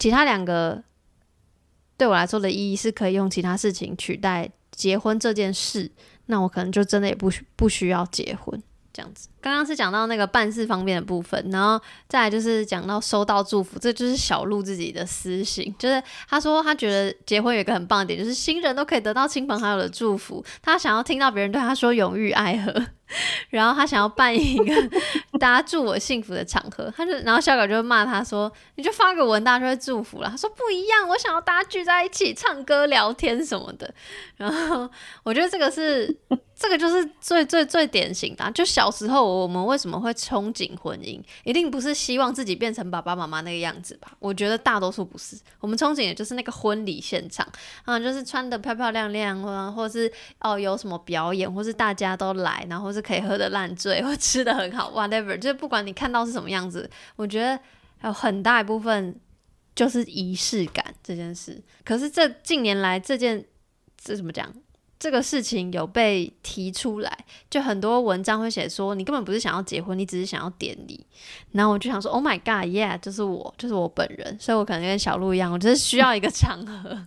2个对我来说的意义是可以用其他事情取代结婚这件事，那我可能就真的也不需要结婚这样子。刚刚是讲到那个办事方便的部分，然后再来就是讲到收到祝福，这就是小鹿自己的私心，就是他说他觉得结婚有一个很棒的点，就是新人都可以得到亲朋好友的祝福，他想要听到别人对他说永浴爱河，然后他想要办一个大家祝我幸福的场合，然后小狗就会骂他说，你就发个文大家就会祝福了。他说不一样，我想要大家聚在一起唱歌聊天什么的。然后我觉得这个就是最典型的就小时候我们为什么会憧憬婚姻，一定不是希望自己变成爸爸妈妈那个样子吧？我觉得大多数不是，我们憧憬的就是那个婚礼现场就是穿得漂漂亮亮，或是有什么表演，或是大家都来，然后是可以喝得烂醉或吃得很好 whatever， 就是不管你看到是什么样子，我觉得还有很大一部分就是仪式感这件事。可是这近年来这怎么讲，这个事情有被提出来，就很多文章会写说你根本不是想要结婚，你只是想要典礼。然后我就想说 Oh my god yeah， 就是我本人。所以我可能跟小鹿一样，我就是需要一个场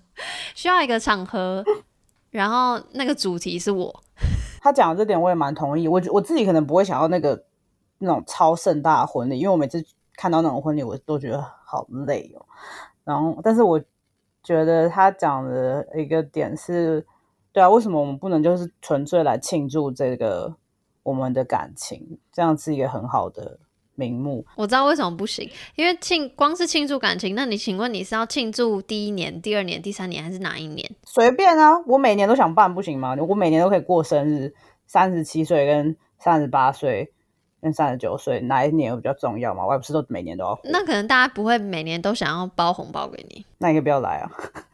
合然后那个主题是我。 他讲的这点我也蛮同意，我自己可能不会想要那种超盛大的婚礼，因为我每次看到那种婚礼我都觉得好累哦。 然后但是我觉得他讲的一个点是，对啊，为什么我们不能就是纯粹来庆祝这个我们的感情，这样是一个很好的名目。 我知道为什么不行，因为光是庆祝感情，那你请问你是要庆祝第1年、第2年、第3年，还是哪一年？ 随便啊，我每年都想办，不行吗？我每年都可以过生日，37岁跟38岁跟39岁，哪一年比较重要嘛？我也不是都每年都要过。 那可能大家不会每年都想要包红包给你。 那你可以不要来啊。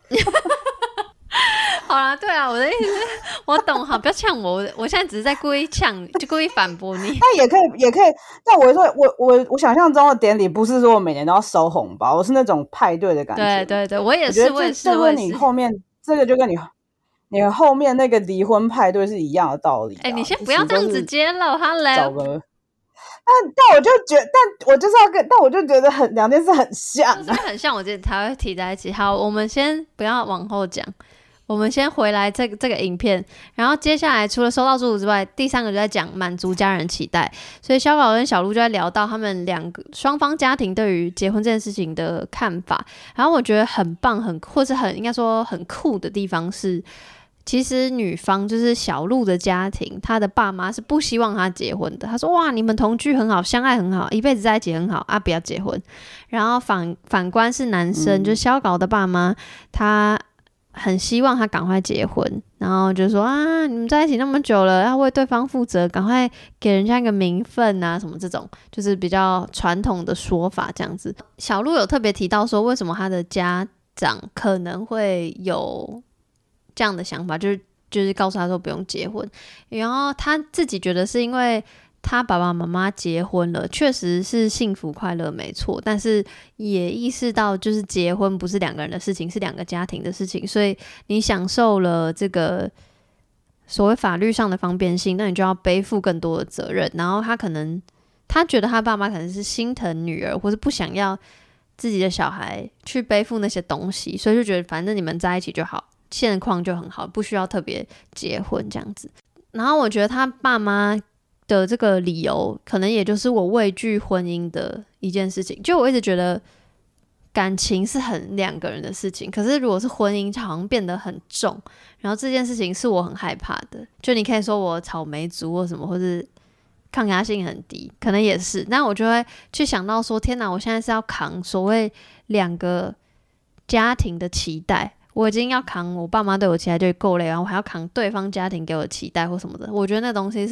好啦，对啊，我的意思是，我懂，好，不要呛我，我现在只是在故意呛，就故意反驳你。 但也可以，但我说我想象中的典礼不是说我每年都要收红包，我是那种派对的感觉。 对，我也是，我也是。 这跟你后面这个就跟你后面那个离婚派对是一样的道理啊。 你先不要这样子揭露，Hello。 但我就觉得，但我就觉得两件事很像啊， 很像，我觉得才会提在一起。好，我们先不要往后讲。我们先回来这个影片，然后接下来除了收到祝福之外，第3个就在讲满足家人期待，所以小稿跟小鹿就在聊到他们双方家庭对于结婚这件事情的看法，然后我觉得很棒，或是应该说很酷的地方是，其实女方就是小鹿的家庭，她的爸妈是不希望她结婚的。他说：“哇，你们同居很好，相爱很好，一辈子在一起很好啊，不要结婚。”然后反观是男生，就是小稿的爸妈，他很希望他赶快结婚，然后就说啊，你们在一起那么久了，要为对方负责，赶快给人家一个名分啊，什么这种，就是比较传统的说法这样子。小鹿有特别提到说，为什么他的家长可能会有这样的想法，就是告诉他说不用结婚，然后他自己觉得是因为他爸爸妈妈结婚了，确实是幸福快乐没错，但是也意识到就是结婚不是2个人的事情，是2个家庭的事情，所以你享受了这个所谓法律上的方便性，那你就要背负更多的责任。然后他觉得他爸妈可能是心疼女儿，或是不想要自己的小孩去背负那些东西，所以就觉得反正你们在一起就好，现况就很好，不需要特别结婚这样子。然后我觉得他爸妈的这个理由可能也就是我畏惧婚姻的一件事情，就我一直觉得感情是很2个人的事情，可是如果是婚姻好像变得很重，然后这件事情是我很害怕的。就你可以说我草莓族或什么，或是抗压性很低，可能也是，那我就会去想到说，天哪，我现在是要扛所谓2个家庭的期待，我已经要扛我爸妈对我期待就够累，然后我还要扛对方家庭给我的期待或什么的，我觉得那东西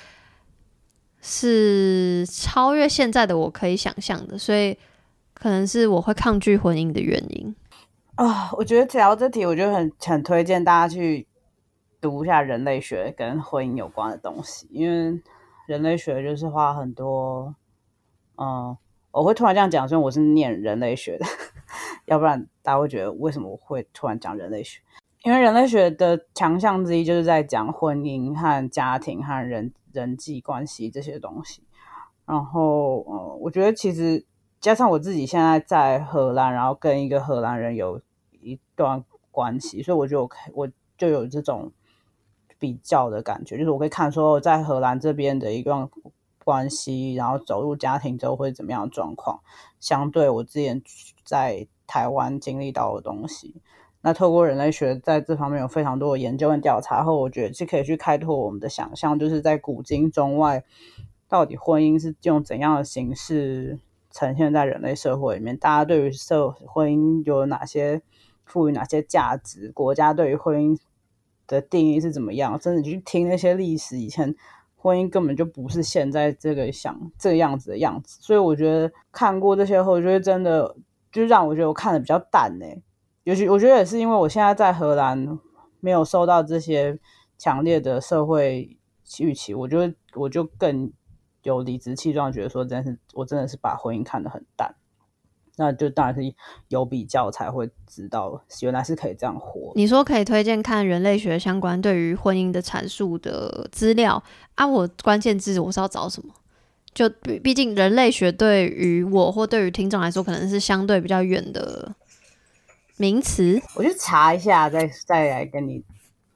是超越现在的我可以想象的，所以可能是我会抗拒婚姻的原因我觉得聊这题，我就很推荐大家去读一下人类学跟婚姻有关的东西，因为人类学就是花很多，我会突然这样讲，所以我是念人类学的，要不然大家会觉得为什么我会突然讲人类学？因为人类学的强项之一就是在讲婚姻和家庭和人际关系这些东西。然后我觉得其实加上我自己现在在荷兰，然后跟一个荷兰人有一段关系，所以我就有这种比较的感觉，就是我可以看说在荷兰这边的一段关系，然后走入家庭之后会怎么样的状况，相对我之前在台湾经历到的东西。那透过人类学在这方面有非常多的研究跟调查后，我觉得是可以去开拓我们的想象，就是在古今中外到底婚姻是用怎样的形式呈现在人类社会里面，大家对于婚姻有哪些赋予哪些价值，国家对于婚姻的定义是怎么样，真的去听那些历史，以前婚姻根本就不是现在这个样子的样子。所以我觉得看过这些后，我觉得真的就让我觉得我看得比较淡尤其我觉得也是因为我现在在荷兰没有受到这些强烈的社会预期，我就更有理直气壮觉得说我真的是把婚姻看得很淡。那就当然是有比较才会知道原来是可以这样活。 你说可以推荐看人类学相关对于婚姻的阐述的资料啊，我关键字我是要找什么？就毕竟人类学对于我或对于听众来说可能是相对比较远的名词， 我去查一下再来跟你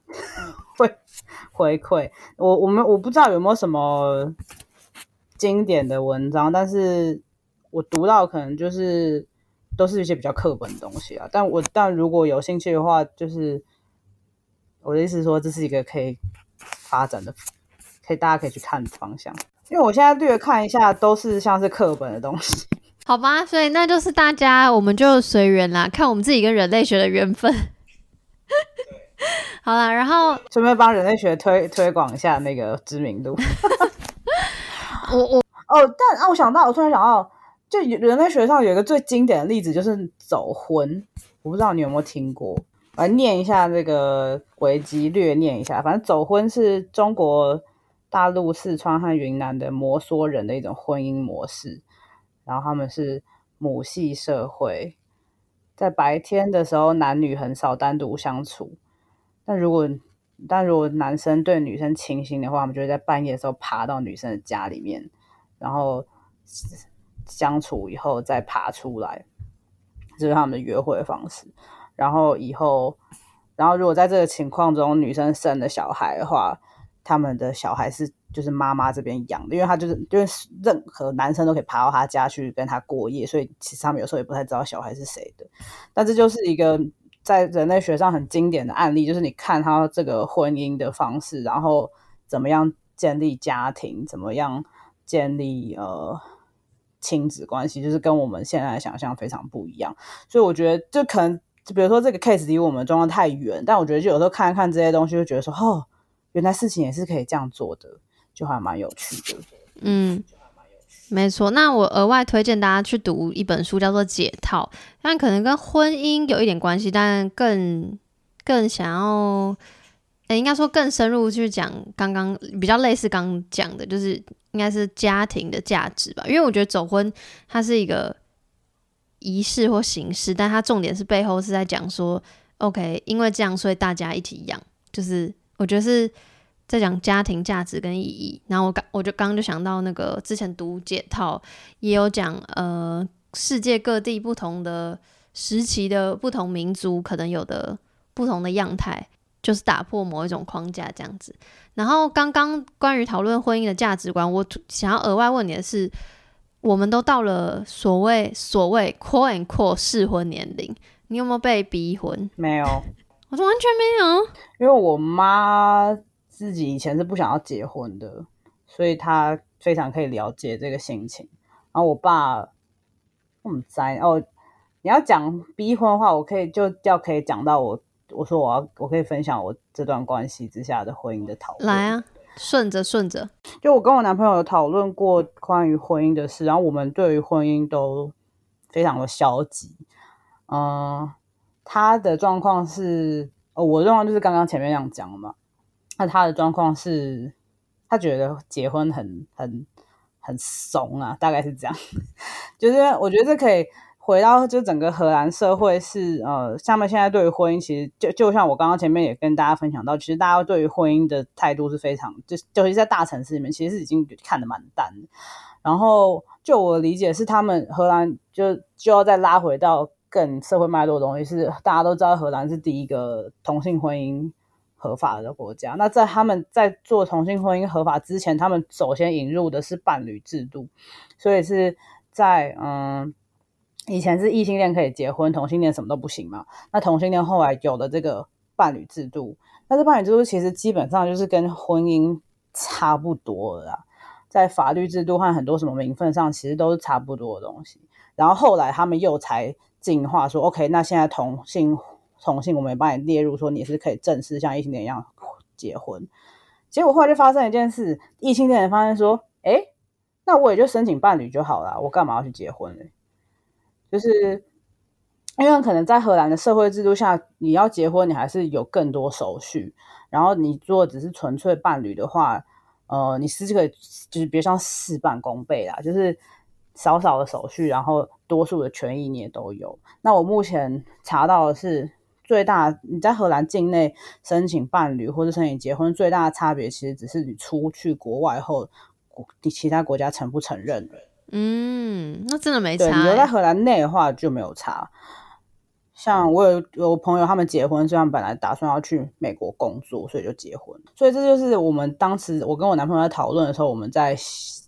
回馈。我不知道有没有什么经典的文章，但是我读到可能就是都是一些比较课本的东西啊。但如果有兴趣的话，就是我的意思是说，这是一个可以发展的，大家可以去看的方向。因为我现在略看一下，都是像是课本的东西。 好吧，所以那就是大家，我们就随缘啦，看我们自己跟人类学的缘分。好啦，然后顺便帮人类学推广一下那个知名度。我突然想到，就人类学上有一个最经典的例子，就是走婚。我不知道你有没有听过，我来念一下这个维基，略念一下。反正走婚是中国大陆四川和云南的摩梭人的一种婚姻模式，然后他们是母系社会，在白天的时候男女很少单独相处，但如果男生对女生倾心的话，他们就会在半夜的时候爬到女生的家里面，然后相处以后再爬出来，这是他们的约会方式。然后如果在这个情况中女生生了小孩的话，他们的小孩是就是妈妈这边养的，因为任何男生都可以爬到他家去跟他过夜，所以其实他们有时候也不太知道小孩是谁的。但这就是一个在人类学上很经典的案例，就是你看他这个婚姻的方式，然后怎么样建立家庭，怎么样建立亲子关系，就是跟我们现在的想象非常不一样。所以我觉得就可能比如说这个 case 离我们状况太远，但我觉得就有时候看一看这些东西，就觉得说原来事情也是可以这样做的，就还蛮有趣的。 没错。那我额外推荐大家去读一本书，叫做《解套》，但可能跟婚姻有一点关系，但更想要，应该说更深入去讲，刚刚比较类似刚刚讲的，就是应该是家庭的价值吧。因为我觉得走婚它是一个仪式或形式，但它重点是背后是在讲说 ，OK， 因为这样，所以大家一起养，就是我觉得是在讲家庭价值跟意义。然后我就刚刚就想到那个之前读解套也有讲，世界各地不同的时期的不同民族可能有的不同的样态，就是打破某一种框架这样子。然后刚刚关于讨论婚姻的价值观，我想要额外问你的是，我们都到了所谓 quote and quote 适婚年龄，你有没有被逼婚？ 没有， 我说完全没有， 因为我妈自己以前是不想要结婚的，所以她非常可以了解这个心情。然后我爸，我们在你要讲逼婚的话，我可以讲到我说我可以分享我这段关系之下的婚姻的讨论。 来啊，顺着， 就我跟我男朋友有讨论过关于婚姻的事，然后我们对于婚姻都非常的消极。他的状况是，我的状况就是刚刚前面这样讲嘛。那他的状况是，他觉得结婚很怂啊，大概是这样。就是我觉得这可以回到就整个荷兰社会是他们现在对于婚姻，其实就像我刚刚前面也跟大家分享到，其实大家对于婚姻的态度是非常就是在大城市里面其实是已经看得蛮淡的。然后就我理解是他们荷兰就要再拉回到更社会脉络的东西，是大家都知道荷兰是第一个同性婚姻合法的国家。那在他们在做同性婚姻合法之前，他们首先引入的是伴侣制度，所以是在以前是异性恋可以结婚，同性恋什么都不行嘛。那同性恋后来有了这个伴侣制度，那这伴侣制度其实基本上就是跟婚姻差不多了啦，在法律制度和很多什么名分上其实都是差不多的东西。然后后来他们又才进化说 OK， 那现在同性我们也帮你列入说你是可以正式像异性恋一样结婚。结果后来就发生一件事，异性恋人发现说那我也就申请伴侣就好了，我干嘛要去结婚呢？就是因为可能在荷兰的社会制度下，你要结婚你还是有更多手续，然后你如果只是纯粹伴侣的话你是可以就是比如像事半功倍啦，就是少少的手续，然后多数的权益你也都有。那我目前查到的是最大你在荷兰境内申请伴侣或者申请结婚最大的差别其实只是你出去国外后其他国家承不承认。 那真的没差。 对，你留在荷兰内的话就没有差。像我有朋友他们结婚，所以他们本来打算要去美国工作，所以就结婚。所以这就是我们当时我跟我男朋友在讨论的时候，我们在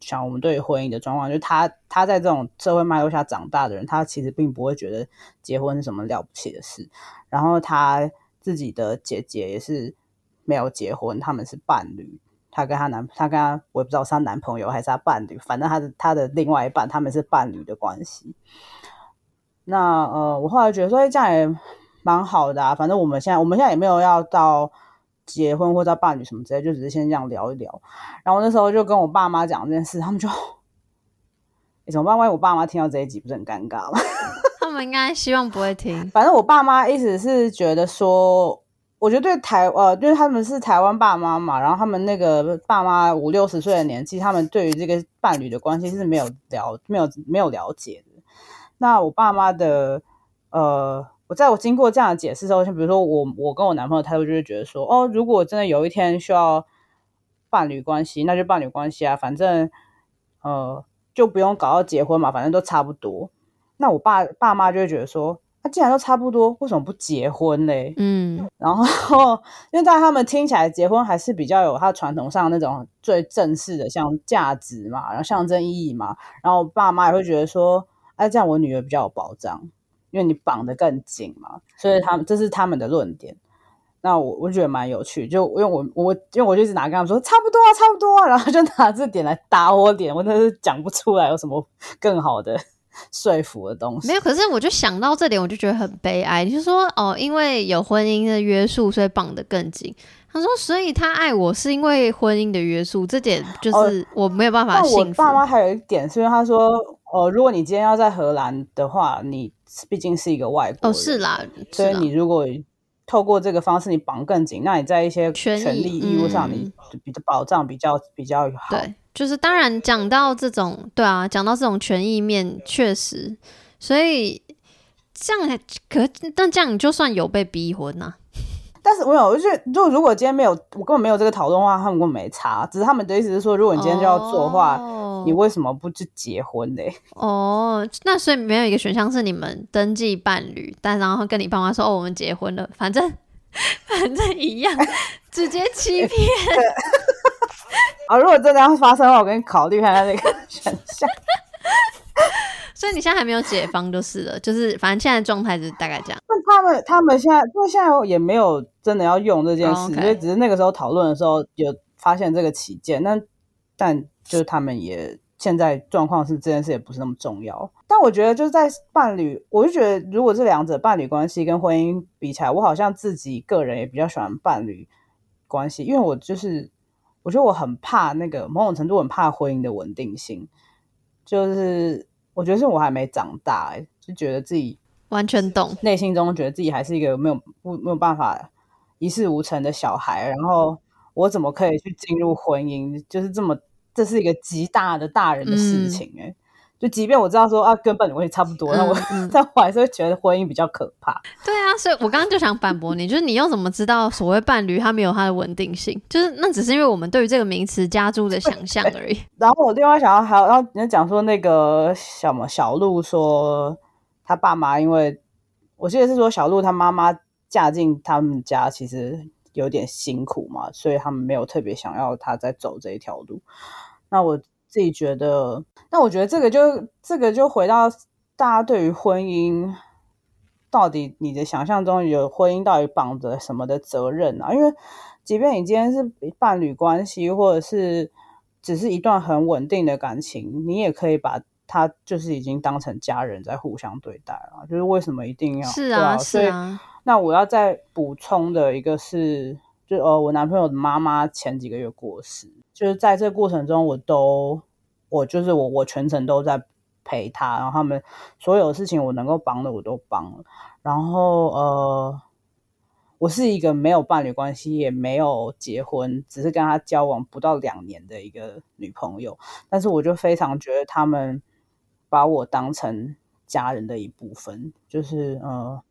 想我们对于婚姻的状况，就是他在这种社会脉络下长大的人，他其实并不会觉得结婚是什么了不起的事。然后他自己的姐姐也是没有结婚，他们是伴侣。他跟他我也不知道是他男朋友还是他伴侣，反正他的另外一半他们是伴侣的关系。那我后来觉得说这样也蛮好的啊，反正我们现在也没有要到结婚或者伴侣什么之类，就只是先这样聊一聊。然后那时候就跟我爸妈讲这件事，他们就怎么办？万一我爸妈听到这一集不是很尴尬吗？ 他们应该希望不会听。 反正我爸妈意思是觉得说，我觉得因为他们是台湾爸妈嘛，然后他们那个爸妈50-60岁的年纪，他们对于这个伴侣的关系是没有了解的。那我爸妈的我经过这样的解释之后，像比如说我跟我男朋友的态度就会觉得说，如果真的有一天需要伴侣关系，那就伴侣关系啊，反正就不用搞到结婚嘛，反正都差不多。那我爸妈就会觉得说，既然都差不多，为什么不结婚嘞？然后因为在他们听起来结婚还是比较有他传统上那种最正式的像价值嘛，然后象征意义嘛，然后我爸妈也会觉得说，这样我女儿比较有保障，因为你绑得更紧嘛，所以这是他们的论点。那我觉得蛮有趣，就因为我就一直拿跟他们说差不多啊差不多啊，然后就拿这点来打我脸，我真的是讲不出来有什么更好的说服的东西。 没有，可是我就想到这点，我就觉得很悲哀。就是说因为有婚姻的约束，所以绑得更紧。他说，所以他爱我是因为婚姻的约束，这点就是我没有办法信服。 我爸妈还有一点是因为他说，如果你今天要在荷兰的话，你毕竟是一个外国人， 是啦， 所以你如果透过这个方式你绑更紧，那你在一些权利义务上你比较保障比较好。 对，就是当然讲到这种讲到这种权益面确实，所以这样但这样你就算有被逼婚啊。 但是我觉得如果今天我根本没有这个讨论的话，他们根本没差，只是他们的意思是说，如果你今天就要做的话，你为什么不去结婚呢？ 那所以没有一个选项是你们登记伴侣，然后跟你爸妈说我们结婚了，反正一样，直接欺骗。 如果真的要发生的话，我跟你考虑一下那个选项。 所以你现在还没有解放就是了，就是反正现在状态就是大概这样。 那他们现在也没有真的要用这件事，所以只是那个时候讨论的时候有发现这个起见，但就是他们也现在状况是这件事也不是那么重要。但我觉得就是在伴侣，我就觉得如果这两者伴侣关系跟婚姻比起来，我好像自己个人也比较喜欢伴侣关系，因为我觉得我很怕那个某种程度很怕婚姻的稳定性，就是我觉得是我还没长大，就觉得自己完全懂， 内心中觉得自己还是一个没有办法一事无成的小孩，然后我怎么可以去进入婚姻，就是这是一个极大的大人的事情就即便我知道说跟伴侣关系差不多，但我还是会觉得婚姻比较可怕。 对啊，所以我刚刚就想反驳你，就是你又怎么知道所谓伴侣它没有它的稳定性？就是那只是因为我们对于这个名词加注的想象而已。 然后我另外想要还要你讲说那个小鹿说他爸妈，因为我记得是说小鹿他妈妈嫁进他们家其实有点辛苦嘛，所以他们没有特别想要他再走这一条路。那我自己觉得，那我觉得这个就回到大家对于婚姻到底你的想象中有婚姻到底绑着什么的责任啊？因为即便你今天是伴侣关系或者是只是一段很稳定的感情，你也可以把他就是已经当成家人在互相对待了，就是为什么一定要是啊是啊。那我要再补充的一个是就我男朋友的妈妈前几个月过世，就是在这个过程中我全程都在陪他，然后他们所有事情我能够帮的我都帮了。然后我是一个没有伴侣关系也没有结婚，只是跟他交往不到2年的一个女朋友，但是我就非常觉得他们把我当成家人的一部分，就是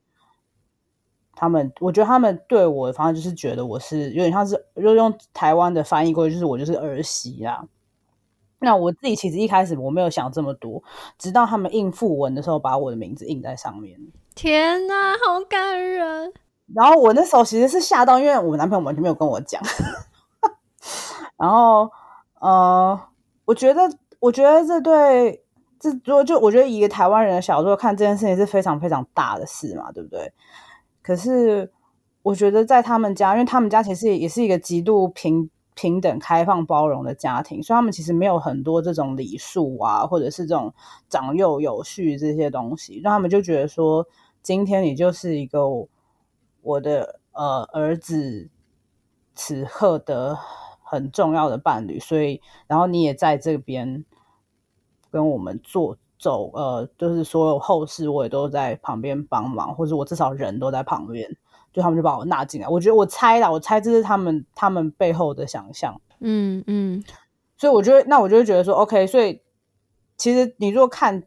我觉得他们对我的方式就是觉得我是有点像是就用台湾的翻译过去，就是我就是儿媳啦。那我自己其实一开始我没有想这么多，直到他们印讣文的时候把我的名字印在上面。 天哪，好感人！ 然后我那时候其实是吓到，因为我男朋友完全没有跟我讲。然后我觉得这对我觉得以一个台湾人的角度看这件事情是非常非常大的事嘛，对不对？可是我觉得在他们家，因为他们家其实也是一个极度平等、开放、包容的家庭，所以他们其实没有很多这种礼数啊，或者是这种长幼有序这些东西，让他们就觉得说，今天你就是一个我的儿子此刻的很重要的伴侣，所以然后你也在这边跟我们就是所有后事我也都在旁边帮忙，或者我至少人都在旁边，就他们就把我纳进来。我觉得我猜这是他们背后的想象。所以我就会觉得说 OK， 所以其实你如果看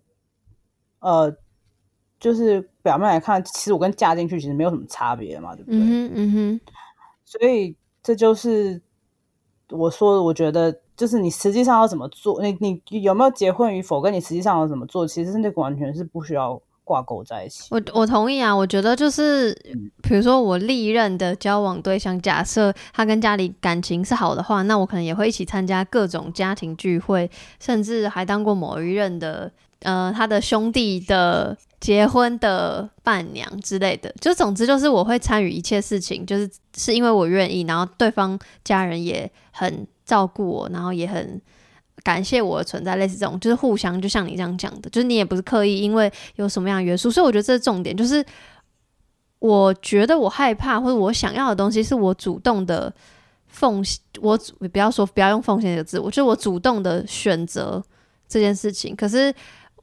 就是表面来看，其实我跟嫁进去其实没有什么差别嘛，对不对？所以这就是我说的，我觉得就是你实际上要怎么做，你有没有结婚与否，跟你实际上要怎么做，其实那个完全是不需要挂钩在一起。 我同意啊，我觉得就是比如说我历任的交往对象，假设他跟家里感情是好的话，那我可能也会一起参加各种家庭聚会，甚至还当过某一任的他的兄弟的结婚的伴娘之类的，就总之就是我会参与一切事情，是因为我愿意，然后对方家人也很照顾我，然后也很感谢我的存在，类似这种就是互相，就像你这样讲的，就是你也不是刻意因为有什么样的约束，所以我觉得这是重点，就是我觉得我害怕或者我想要的东西是我主动的我不要用奉献这个字，就是我主动的选择这件事情，可是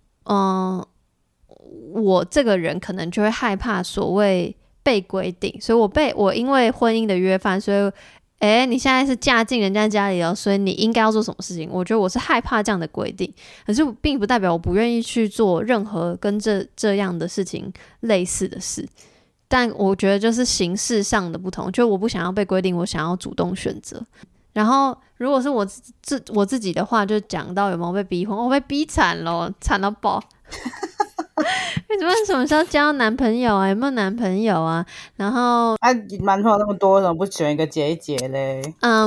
我这个人可能就会害怕所谓被规定，所以我因为婚姻的约范，所以你现在是嫁进人家家里了，所以你应该要做什么事情，我觉得我是害怕这样的规定，可是并不代表我不愿意去做任何跟这样的事情类似的事，但我觉得就是形式上的不同，就我不想要被规定，我想要主动选择。然后如果是我自己的话，就讲到有没有被逼婚，我被逼惨了，惨到爆你怎么什么时候交男朋友啊？有没有男朋友啊？然后男朋友那么多，为什么不选一个结一结嘞？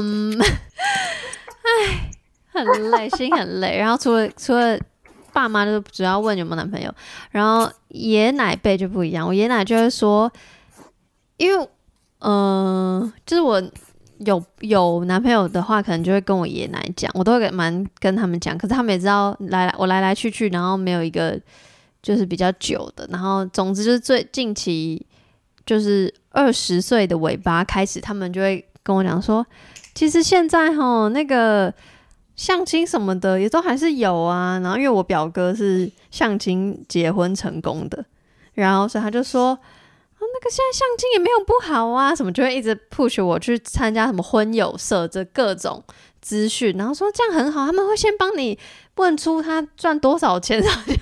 很累，心很累。然后除了爸妈就主要问有没有男朋友，然后爷奶辈就不一样，我爷奶就会说，因为就是我有男朋友的话，可能就会跟我爷奶讲，我都会蛮跟他们讲，可是他们也知道我来来去去，然后没有一个就是比较久的，然后总之就是最近期就是20岁的尾巴开始，他们就会跟我讲说，其实现在那个相亲什么的也都还是有啊，然后因为我表哥是相亲结婚成功的，然后所以他就说那个现在相亲也没有不好啊，什么就会一直 push 我去参加什么婚友社这各种资讯，然后说这样很好，他们会先帮你问出他赚多少钱，就是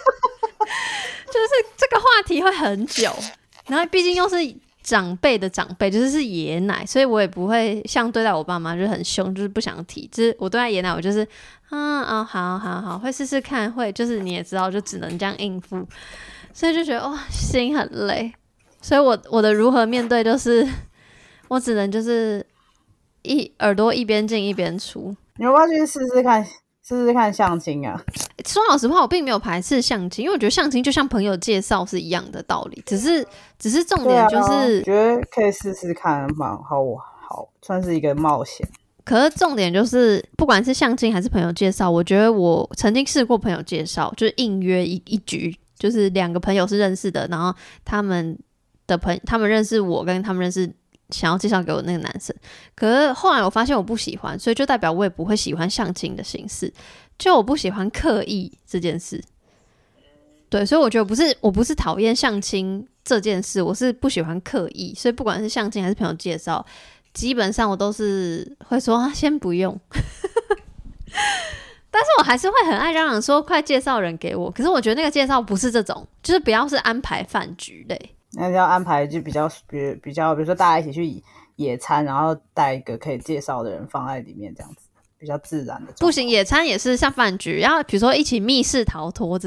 这个话题会很久，然后毕竟又是长辈的长辈，就是爷奶，所以我也不会像对待我爸妈就是很凶，就是不想提，就是我对待爷奶我就是好会试试看，会就是你也知道就只能这样应付，所以就觉得哇心很累，所以我的如何面对就是我只能就是耳朵一边进一边出。 你要不要去试试看相亲啊？ 说老实话，我并没有排斥相亲，因为我觉得相亲就像朋友介绍是一样的道理，只是重点就是， 我觉得可以试试看，好，算是一个冒险。 可是重点就是，不管是相亲还是朋友介绍，我觉得我曾经试过朋友介绍，就是硬约一局，就是2个朋友是认识的，然后他们认识我，跟他们认识想要介绍给我那个男生，可是后来我发现我不喜欢，所以就代表我也不会喜欢相亲的形式，就我不喜欢刻意这件事。对，所以我觉得我不是讨厌相亲这件事，我是不喜欢刻意，所以不管是相亲还是朋友介绍，基本上我都是会说先不用但是我还是会很爱嚷嚷说快介绍人给我，可是我觉得那个介绍不是这种，就是不要是安排饭局类， 那要安排就比较，比如说大家一起去野餐，然后带一个可以介绍的人放在里面，这样子比较自然的。 不行，野餐也是像饭局，然后比如说一起密室逃脱这种，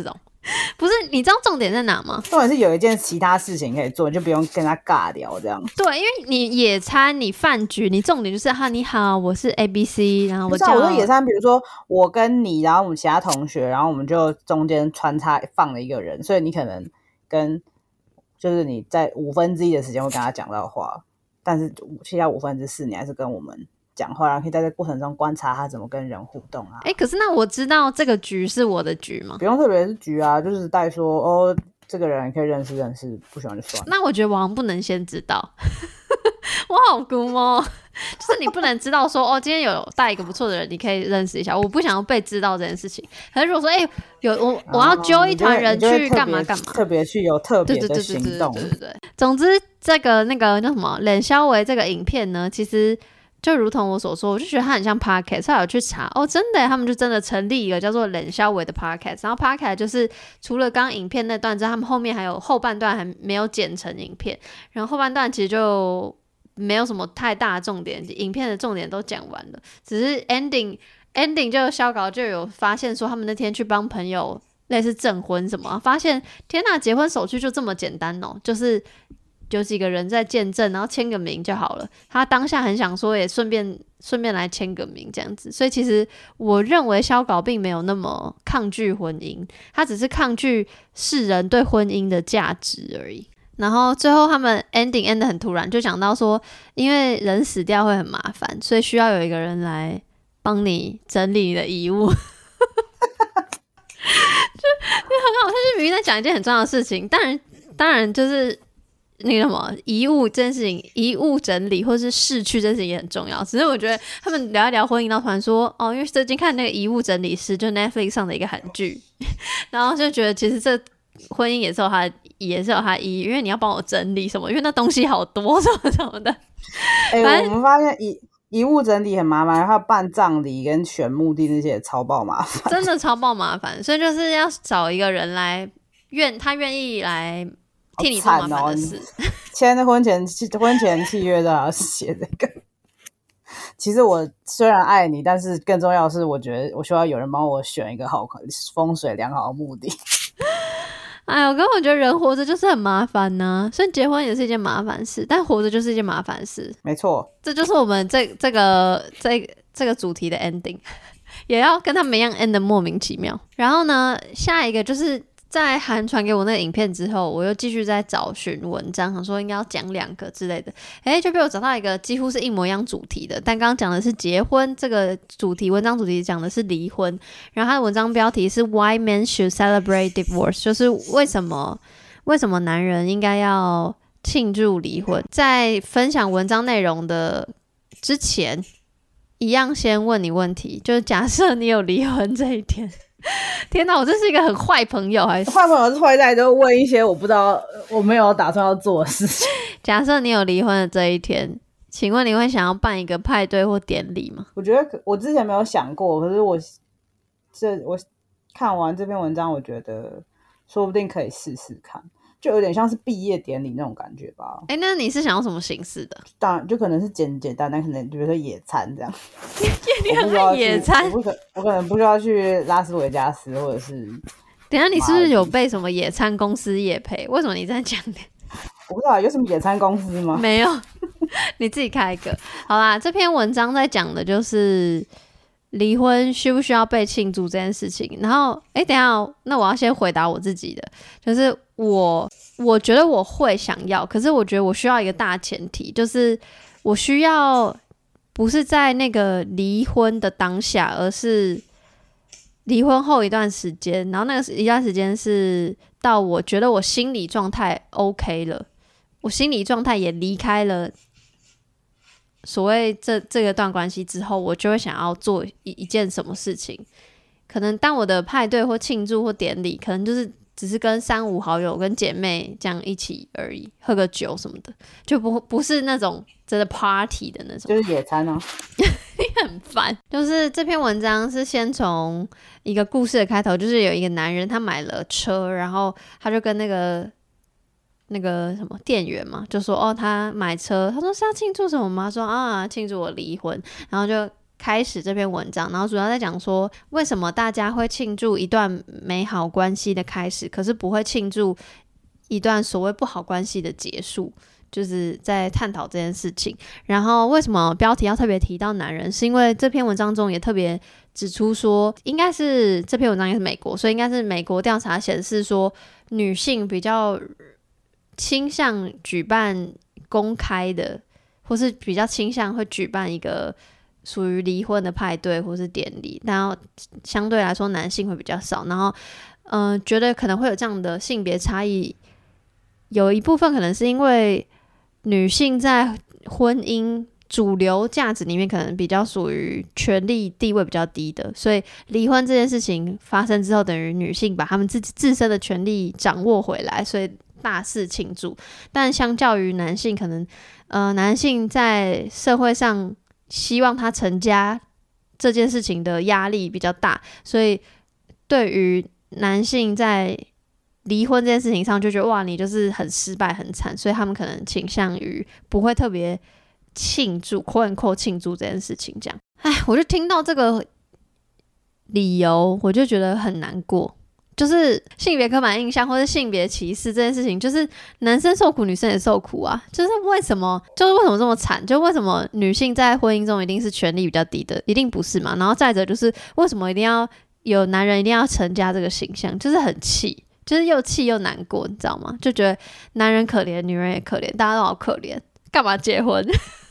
不是，你知道重点在哪吗？ 重点是有一件其他事情可以做，你就不用跟他尬聊这样。 对，因为你野餐、你饭局，你重点就是哈你好，我是 ABC， 然后我说野餐，比如说我跟你，然后我们其他同学，然后我们就中间穿插放了一个人，所以你可能跟就是你在1/5的时间会跟他讲到话，但是其他4/5你还是跟我们讲话，然后可以在这过程中观察他怎么跟人互动啊。 可是那我知道这个局是我的局吗？ 不用特别是局啊，就是带说哦，这个人可以认识认识，不喜欢就算了。 那我觉得我好像不能先知道，我好估摸，就是你不能知道说哦，今天有带一个不错的人，你可以认识一下。我不想要被知道这件事情。可是如果说有我要揪一团人去干嘛干嘛， 特别去有特别的行动， 对。总之，那个叫什么冷肖维这个影片呢，其实就如同我所说，我就觉得它很像 podcast。后来有去查，哦，真的，他们就真的成立一个叫做冷肖维的 podcast。然后 podcast 就是除了刚刚影片那段之外，他们后面还有后半段还没有剪成影片，然后后半段其实就没有什么太大的重点，影片的重点都讲完了，只是 ending 就肖稿就有发现说，他们那天去帮朋友类似证婚什么，发现天哪，结婚手续就这么简单哦，就是有几个人在见证，然后签个名就好了。他当下很想说，也顺便来签个名这样子。所以其实我认为肖稿并没有那么抗拒婚姻，他只是抗拒世人对婚姻的价值而已。然后最后他们 ending end 得很突然，就讲到说，因为人死掉会很麻烦，所以需要有一个人来帮你整理你的遗物。就很好，他就明明在讲一件很重要的事情，当然就是那个什么遗物这件事情，遗物整理或是逝去这件事情也很重要。只是我觉得他们聊一聊婚姻，然后突然说哦，因为最近看那个遗物整理师，就 Netflix 上的一个韩剧，然后就觉得其实这婚姻也是有它意义，因为你要帮我整理什么，因为那东西好多什么什么的。 我们发现遗物整理很麻烦，然后办葬礼跟选墓地那些也超爆麻烦， 真的超爆麻烦，所以就是要找一个人来他愿意来替你做麻烦的事。 签婚前契约都要写这个。其实我虽然爱你，但是更重要的是，我觉得我需要有人帮我选一个风水良好的墓地。 哎呦，跟我觉得人活着就是很麻烦呐，所以结婚也是一件麻烦事，但活着就是一件麻烦事。 没错， 这就是我们这个主题的 ending， 也要跟他们一样 end 的莫名其妙。然后呢，下一个就是在韩传给我那个影片之后，我又继续在找寻文章，想说应该要讲2个之类的，就被我找到一个几乎是一模一样主题的，但刚刚讲的是结婚这个主题，文章主题讲的是离婚，然后它的文章标题是 Why Men Should Celebrate Divorce， 就是为什么男人应该要庆祝离婚。在分享文章内容的之前，一样先问你问题，就是假设你有离婚这一天。天哪，我这是一个很坏朋友还是？ 坏朋友是坏在都问一些我不知道我没有打算要做的事情。 假设你有离婚的这一天，请问你会想要办一个派对或典礼吗？ 我觉得我之前没有想过，可是我看完这篇文章，我觉得说不定可以试试看。就有点像是毕业典礼那种感觉吧。 那你是想要什么形式的？ 当然就可能是简单，可能比如说野餐这样。 你很爱野餐？ 我可能不需要去拉斯维加斯，或者是…… 等一下你是不是有被什么野餐公司业配？为什么你在讲的？ 我不知道有什么野餐公司吗？ 没有，你自己开一个。好啦，这篇文章在讲的就是离婚需不需要被庆祝这件事情。然后等一下那我要先回答我自己的，就是我觉得我会想要，可是我觉得我需要一个大前提，就是我需要不是在那个离婚的当下，而是离婚后一段时间，然后那个一段时间是到我觉得我心理状态 OK 了，我心理状态也离开了所谓这个段关系之后，我就会想要做一件什么事情。可能当我的派对或庆祝或典礼，可能就是只是跟3-5好友跟姐妹这样一起而已，喝个酒什么的，就不是那种真的 party 的那种， 就是野餐啊。 你很烦。就是这篇文章是先从一个故事的开头，就是有一个男人他买了车，然后他就跟那个什么店员嘛，就说他买车，他说是要庆祝什么吗？说庆祝我离婚，然后就开始这篇文章，然后主要在讲说为什么大家会庆祝一段美好关系的开始，可是不会庆祝一段所谓不好关系的结束，就是在探讨这件事情。然后为什么标题要特别提到男人，是因为这篇文章中也特别指出说，应该是这篇文章应该是美国，所以应该是美国调查显示说，女性比较倾向举办公开的，或是比较倾向会举办一个属于离婚的派对或是典礼，然后相对来说男性会比较少，然后觉得可能会有这样的性别差异，有一部分可能是因为女性在婚姻主流价值里面可能比较属于权力地位比较低的，所以离婚这件事情发生之后，等于女性把她们自身的权利掌握回来，所以大肆庆祝。但相较于男性，可能男性在社会上希望他成家这件事情的压力比较大，所以对于男性在离婚这件事情上就觉得哇，你就是很失败很惨，所以他们可能倾向于不会特别庆祝quote unquote庆祝这件事情这样。我就听到这个理由我就觉得很难过，就是性别刻板印象或是性别歧视这件事情，就是男生受苦女生也受苦啊，就是为什么这么惨，就为什么女性在婚姻中一定是权力比较低的，一定不是嘛。然后再者就是为什么一定要有男人一定要成家这个形象，就是很气，就是又气又难过，你知道吗？就觉得男人可怜女人也可怜，大家都好可怜，干嘛结婚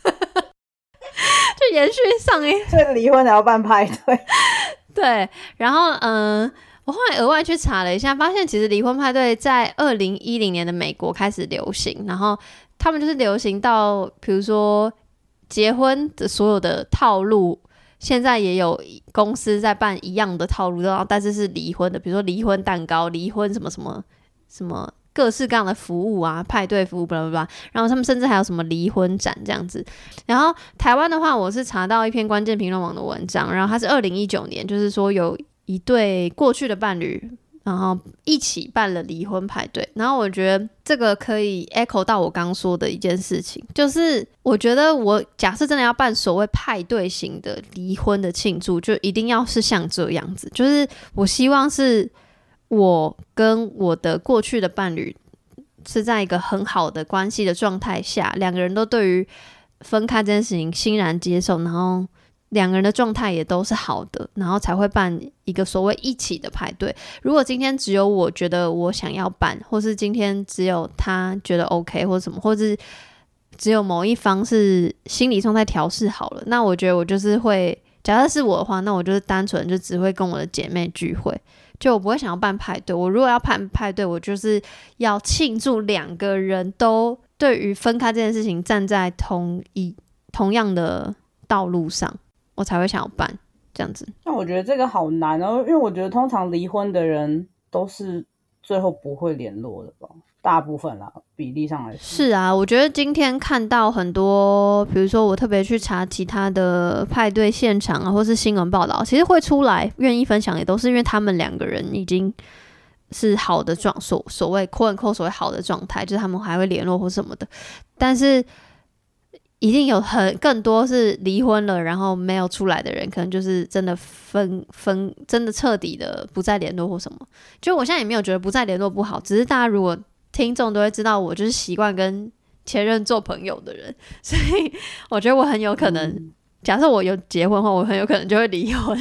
就延续上一所以离婚还要办派对对，然后我后来额外去查了一下，发现其实离婚派对在2010年的美国开始流行，然后他们就是流行到比如说结婚的所有的套路，现在也有公司在办一样的套路，然后但是是离婚的，比如说离婚蛋糕、离婚什么什么什么各式各样的服务啊，派对服务blah blah blah，然后他们甚至还有什么离婚展这样子。然后台湾的话，我是查到一篇关键评论网的文章，然后它是2019年，就是说有一对过去的伴侣，然后一起办了离婚派对。然后我觉得这个可以 echo 到我刚说的一件事情，就是我觉得我假设真的要办所谓派对型的离婚的庆祝，就一定要是像这样子，就是我希望是我跟我的过去的伴侣是在一个很好的关系的状态下，两个人都对于分开这件事情欣然接受，然后两个人的状态也都是好的，然后才会办一个所谓一起的派对。如果今天只有我觉得我想要办，或是今天只有他觉得 OK 或什么，或是只有某一方是心理状态调试好了，那我觉得我就是会，假设是我的话，那我就是单纯就只会跟我的姐妹聚会，就我不会想要办派对。我如果要办派对，我就是要庆祝两个人都对于分开这件事情站在同样的道路上，我才会想要办这样子。 那我觉得这个好难哦，因为我觉得通常离婚的人都是最后不会联络的吧，大部分啦，比例上来说。 是啊，我觉得今天看到很多，比如说我特别去查其他的派对现场啊，或是新闻报道，其实会出来愿意分享，也都是因为他们两个人已经是好的所谓 quote unquote 所谓好的状态，就是他们还会联络或什么的。但是一定有更多是离婚了然后没有出来的人，可能就是真的真的彻底的不再联络或什么。就我现在也没有觉得不再联络不好，只是大家如果听众都会知道我就是习惯跟前任做朋友的人，所以我觉得我很有可能，假设我有结婚后，我很有可能就会离婚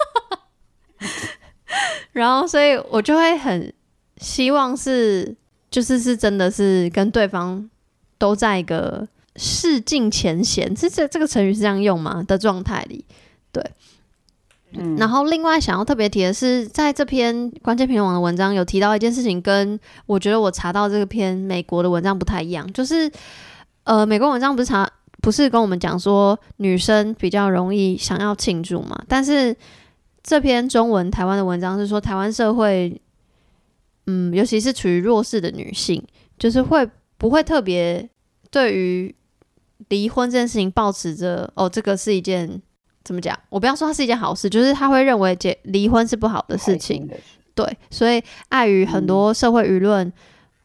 然后所以我就会很希望是就是真的是跟对方都在一个势尽前嫌，这个成语是这样用吗的状态里。对，然后另外想要特别提的是，在这篇关键评论网的文章有提到一件事情，跟我觉得我查到这个篇美国的文章不太一样，就是美国文章不是跟我们讲说女生比较容易想要庆祝嘛，但是这篇中文台湾的文章是说台湾社会尤其是处于弱势的女性，就是不会特别对于离婚这件事情抱持着这个是一件怎么讲，我不要说它是一件好事，就是他会认为离婚是不好的事情。对，所以碍于很多社会舆论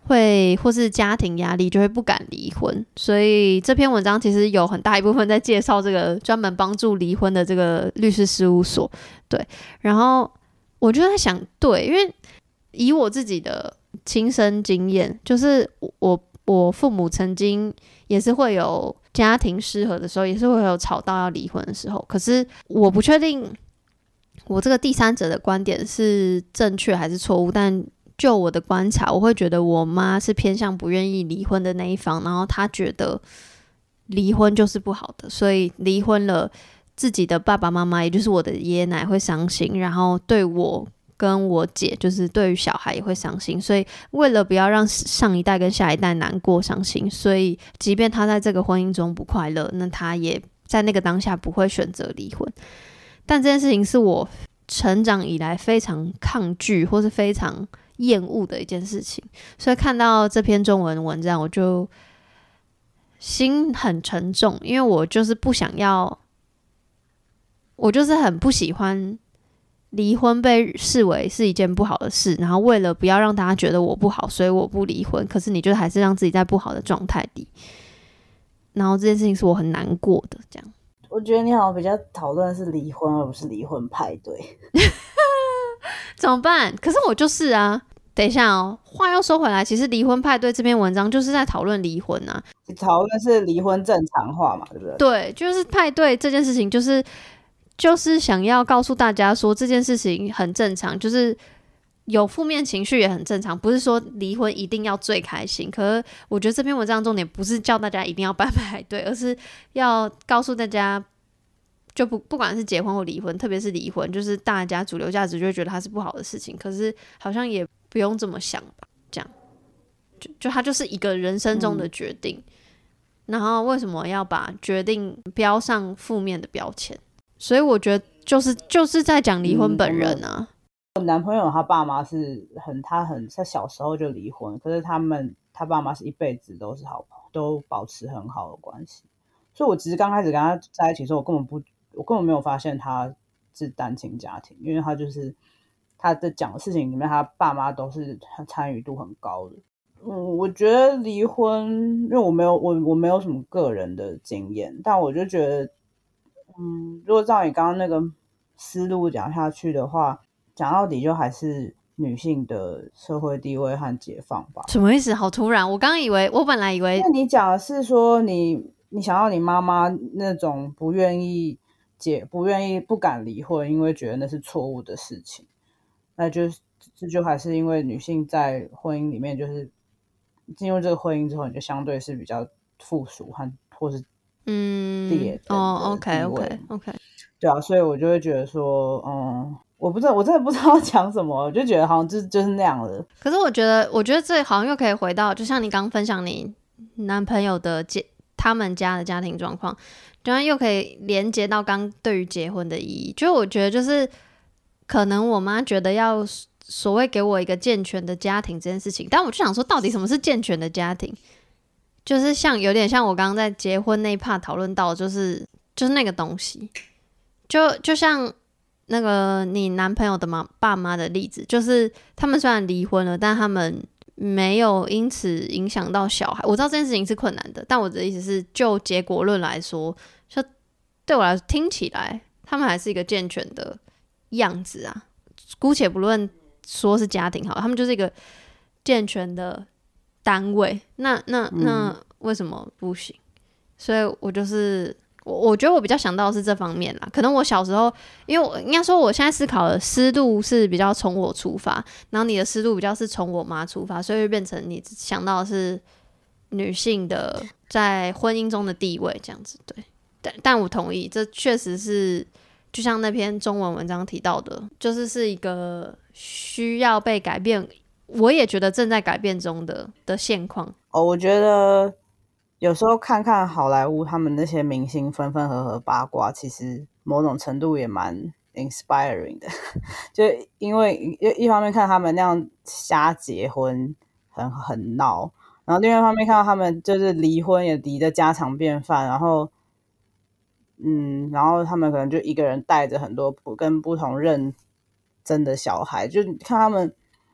或是家庭压力就会不敢离婚，所以这篇文章其实有很大一部分在介绍这个专门帮助离婚的这个律师事务所。对，然后我就在想，对，因为以我自己的亲身经验，就是我父母曾经也是会有家庭失和的时候，也是会有吵到要离婚的时候，可是我不确定我这个第三者的观点是正确还是错误，但就我的观察，我会觉得我妈是偏向不愿意离婚的那一方，然后她觉得离婚就是不好的，所以离婚了，自己的爸爸妈妈，也就是我的爷爷奶奶会伤心，然后对我跟我姐，就是对于小孩也会伤心，所以为了不要让上一代跟下一代难过伤心，所以即便他在这个婚姻中不快乐，那他也在那个当下不会选择离婚。但这件事情是我成长以来非常抗拒或是非常厌恶的一件事情，所以看到这篇中文文章，我就心很沉重，因为我就是不想要，我就是很不喜欢离婚被视为是一件不好的事，然后为了不要让大家觉得我不好，所以我不离婚，可是你就还是让自己在不好的状态里，然后这件事情是我很难过的。这样， 我觉得你好像比较讨论的是离婚而不是离婚派对。 怎么办？可是我就是啊，等一下哦，话又说回来，其实离婚派对这篇文章就是在讨论离婚啊， 讨论是离婚正常化嘛，对不对？ 对，就是派对这件事情，就是想要告诉大家说这件事情很正常，就是有负面情绪也很正常，不是说离婚一定要最开心。可是我觉得这篇文章重点不是叫大家一定要办派对，而是要告诉大家，就不管是结婚或离婚，特别是离婚，就是大家主流价值就会觉得它是不好的事情，可是好像也不用这么想吧，这样就它就是一个人生中的决定，然后为什么要把决定标上负面的标签？所以我觉得就是在讲离婚本人啊。 我男朋友他爸妈是他小时候就离婚，可是他爸妈是一辈子都是好朋友，都保持很好的关系。所以我其实刚开始跟他在一起的时候，我根本没有发现他是单亲家庭，因为他就是他在讲的事情里面，他爸妈都是参与度很高的。我觉得离婚，因为我没有什么个人的经验，但我就觉得，如果照你刚刚那个思路讲下去的话，讲到底就还是女性的社会地位和解放吧。 什么意思？好突然！我本来以为， 那你讲的是说你想要你妈妈那种不愿意不敢离婚，因为觉得那是错误的事情，那这就还是因为女性在婚姻里面就是进入这个婚姻之后，你就相对是比较附属或是劣等的地位。 OK， 对啊，所以我就会觉得说，我真的不知道讲什么，我就觉得好像就是那样的。 可是我觉得这好像又可以回到，就像你刚分享你男朋友的他们家的家庭状况，这样又可以连接到刚对于结婚的意义。就我觉得就是可能我妈觉得要所谓给我一个健全的家庭这件事情，但我就想说，到底什么是健全的家庭？就是有点像我刚刚在结婚那一 part 讨论到，就是那个东西，就像那个你男朋友的爸妈的例子，就是他们虽然离婚了，但他们没有因此影响到小孩。我知道这件事情是困难的，但我的意思是，就结果论来说，就对我来说听起来，他们还是一个健全的样子啊。姑且不论说是家庭好，他们就是一个健全的单位。那为什么不行？所以我就是我觉得我比较想到的是这方面啦。可能我小时候，因为我应该说我现在思考的思路是比较从我出发，然后你的思路比较是从我妈出发，所以会变成你想到的是女性的在婚姻中的地位这样子。对，但我同意，这确实是就像那篇中文文章提到的，就是一个需要被改变，我也觉得正在改变中的现况。 我觉得有时候看看好莱坞他们那些明星分分合合八卦，其实某种程度也蛮 inspiring 的。就因为一方面看他们那样瞎结婚很闹，然后另外一方面看到他们就是离婚也离得家常便饭，然后他们可能就一个人带着很多跟不同认真的小孩，就看他们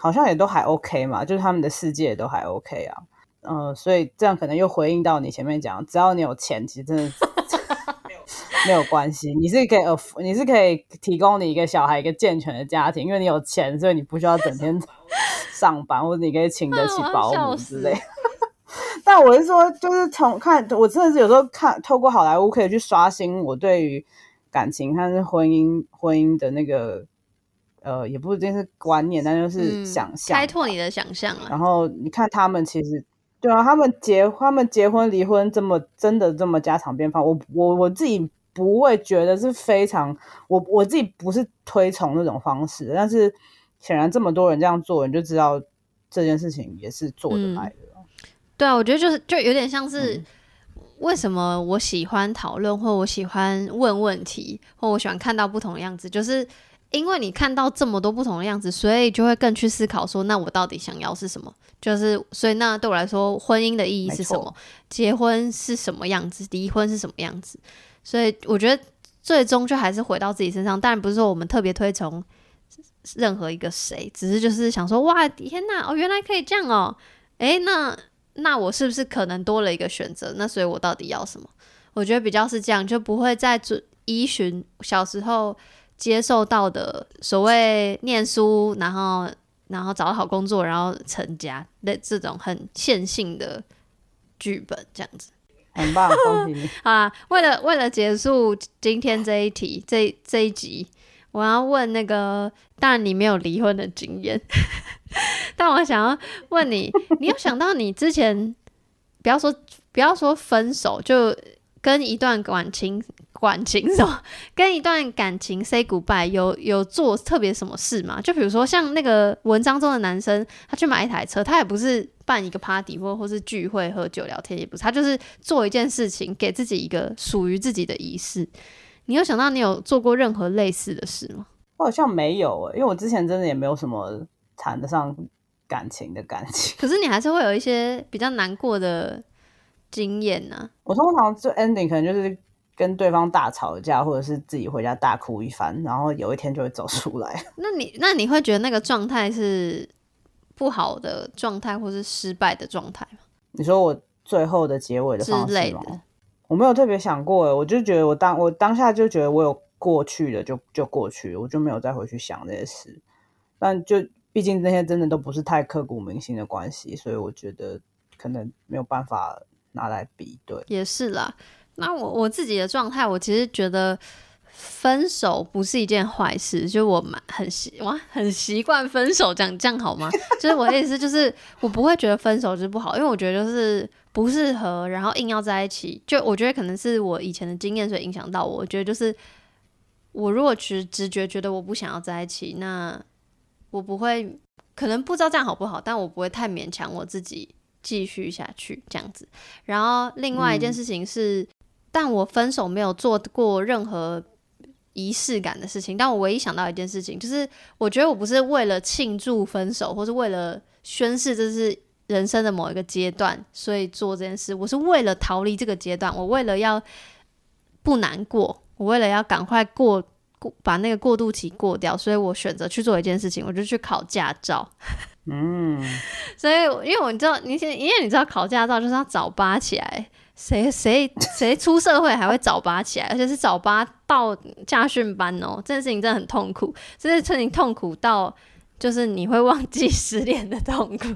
好像也都还 OK 嘛，就是他们的世界也都还 OK 啊。所以这样可能又回应到你前面讲，只要你有钱，其实真的没有关系，你是可以提供你一个小孩一个健全的家庭，因为你有钱，所以你不需要整天上班，或者你可以请得起保姆之类。但我是说，就是我真的是有时候透过好莱坞可以去刷新我对于感情和婚姻的那个也不一定是观念，但就是想象， 开拓你的想象啊。 然后你看他们其实。对啊，他们结婚离婚真的这么家常便饭，我自己不会觉得是非常，我自己不是推崇那种方式，但是显然这么多人这样做，你就知道这件事情也是做得来的。 对啊，我觉得就有点像是为什么我喜欢讨论，或我喜欢问问题，或我喜欢看到不同的样子，就是因为你看到这么多不同的样子，所以就会更去思考说，那我到底想要是什么？就是所以那对我来说，婚姻的意义是什么？结婚是什么样子？离婚是什么样子？所以我觉得最终就还是回到自己身上。当然不是说我们特别推崇任何一个谁，只是就是想说，哇，天哪，原来可以这样哦！那我是不是可能多了一个选择？那所以我到底要什么？我觉得比较是这样，就不会再依循小时候接受到的所谓念书，然后找到好工作，然后成家的这种很线性的剧本，这样子。 很棒，恭喜你啊！为了结束今天这一题，这一集，我要问那个，当然你没有离婚的经验，但我想要问你，你有想到你之前不要说分手，就跟一段感情什么，跟一段感情 say goodbye 有做特别什么事吗？就比如说像那个文章中的男生，他去买一台车，他也不是办一个 party 或是聚会喝酒聊天，也不是，他就是做一件事情，给自己一个属于自己的仪式。你有想到你有做过任何类似的事吗？ 我好像没有，因为我之前真的也没有什么谈得上感情的感情。 可是你还是会有一些比较难过的经验啊。 我通常就 ending 可能就是跟对方大吵架，或者是自己回家大哭一番，然后有一天就会走出来。 那你会觉得那个状态是不好的状态，或是失败的状态吗？ 你说我最后的结尾的方式吗？之类的，我没有特别想过，我就觉得我当下就觉得我有过去了就过去了，我就没有再回去想这些事。但就毕竟那些真的都不是太刻骨铭心的关系，所以我觉得可能没有办法拿来比对。也是啦。那我自己的状态，我其实觉得分手不是一件坏事，就我很习惯分手，这样好吗？就是我的意思，就是我不会觉得分手就是不好，因为我觉得就是不适合，然后硬要在一起，就我觉得可能是我以前的经验所以影响到我。我觉得就是我如果直觉觉得我不想要在一起，那我不会，可能不知道这样好不好，但我不会太勉强我自己继续下去这样子。然后另外一件事情是，但我分手没有做过任何仪式感的事情，但我唯一想到一件事情，就是我觉得我不是为了庆祝分手，或是为了宣示这是人生的某一个阶段所以做这件事，我是为了逃离这个阶段，我为了要不难过，我为了要赶快把那个过渡期过掉，所以我选择去做一件事情，我就去考驾照。所以因为你知道考驾照就是要早八起来，谁出社会还会早八起来，而且是早八到驾训班哦，这件事情真的很痛苦，这件事情痛苦到就是你会忘记失恋的痛苦。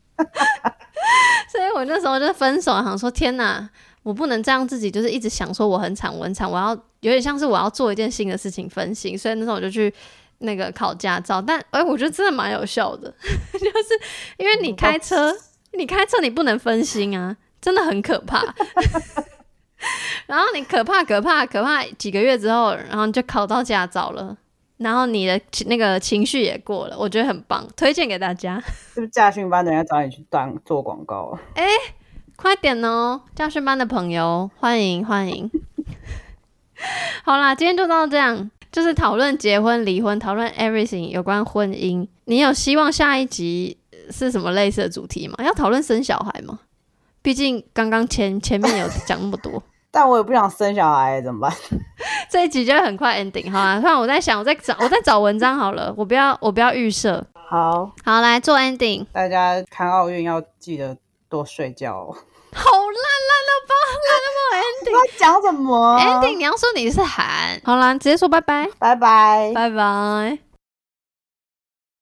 所以我那时候就分手，想说天哪，我不能这样自己就是一直想说我很惨，我要有点像是我要做一件新的事情分心，所以那时候我就去那个考驾照。但我觉得真的蛮有效的，就是因为你开车你不能分心啊，真的很可怕。然后你可怕几个月之后，然后你就考到驾照了，然后你的那个情绪也过了，我觉得很棒，推荐给大家。 是不是驾训班的人要找你去做广告？ 快点哦，驾训班的朋友，欢迎。好啦，今天就到这样，就是讨论结婚离婚，讨论 everything 有关婚姻。你有希望下一集是什么类似的主题吗？要讨论生小孩吗？毕竟刚刚前面有讲那么多。 但我也不想生小孩，怎么办？ 这一集就很快 ending 好啦，不然我在想，我在找文章好了，我不要预设。 好， 好，来做 ending。 大家看奥运要记得多睡觉哦。 好烂到爆，烂到爆 ending。 要讲什么 ending 你要说你是韩。好啦，直接说拜拜， 拜拜。 拜拜。